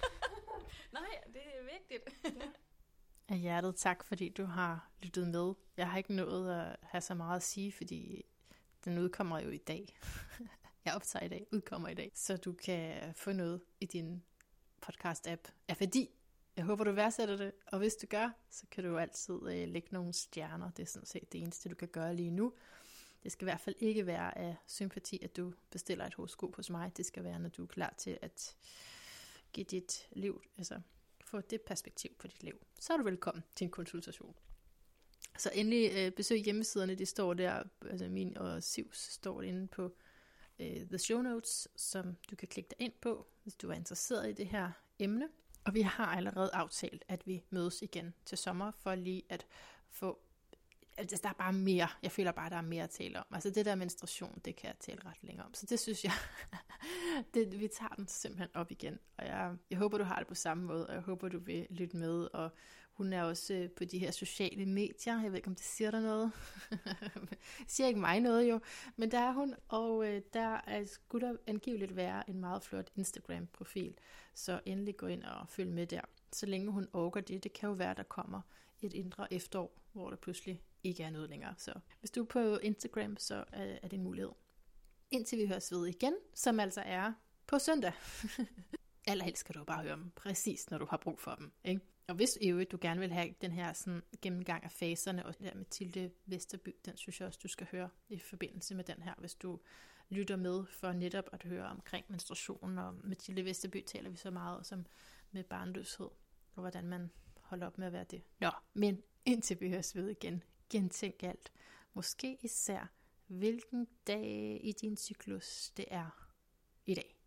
Nej, det er vigtigt. Af hjertet tak, fordi du har lyttet med. Jeg har ikke nået at have så meget at sige, fordi den udkommer jo i dag. Jeg optager i dag, udkommer i dag. Så du kan få noget i din podcast-app. Ja, fordi jeg håber, du værdsætter det. Og hvis du gør, så kan du jo altid lægge nogle stjerner. Det er sådan set det eneste, du kan gøre lige nu. Det skal i hvert fald ikke være af sympati, at du bestiller et horoskop hos mig. Det skal være, når du er klar til at give dit liv, altså få det perspektiv på dit liv. Så er du velkommen til en konsultation. Så endelig besøg hjemmesiderne, de står der, altså min og Sivs står inde på the show notes, som du kan klikke dig ind på, hvis du er interesseret i det her emne. Og vi har allerede aftalt, at vi mødes igen til sommer, for lige at få, altså der er bare mere, jeg føler bare, der er mere at tale om. Altså det der menstruation, det kan jeg tale ret længe om. Så det synes jeg, vi tager den simpelthen op igen. Og jeg håber, du har det på samme måde, og jeg håber, du vil lytte med. Og hun er også på de her sociale medier. Jeg ved ikke, om det siger der noget. Det siger ikke mig noget jo. Men der er hun, og der skulle der angiveligt være en meget flot Instagram-profil. Så endelig gå ind og følg med der. Så længe hun orker det, det kan jo være, der kommer et indre efterår, hvor der pludselig ikke er noget længere. Så hvis du er på Instagram, så er det en mulighed. Indtil vi høres ved igen, som altså er på søndag. Allerhelst skal du bare høre dem, præcis når du har brug for dem. Ikke? Og hvis du gerne vil have den her sådan, gennemgang af faserne, og der med Tilde Vesterby, den synes jeg også, du skal høre i forbindelse med den her, hvis du lytter med for netop at høre omkring menstruation. Og med Tilde Vesterby taler vi så meget også om med barnløshed, og hvordan man holder op med at være det. Nå, men indtil vi høres ved igen, gentænk alt. Måske især, hvilken dag i din cyklus det er i dag.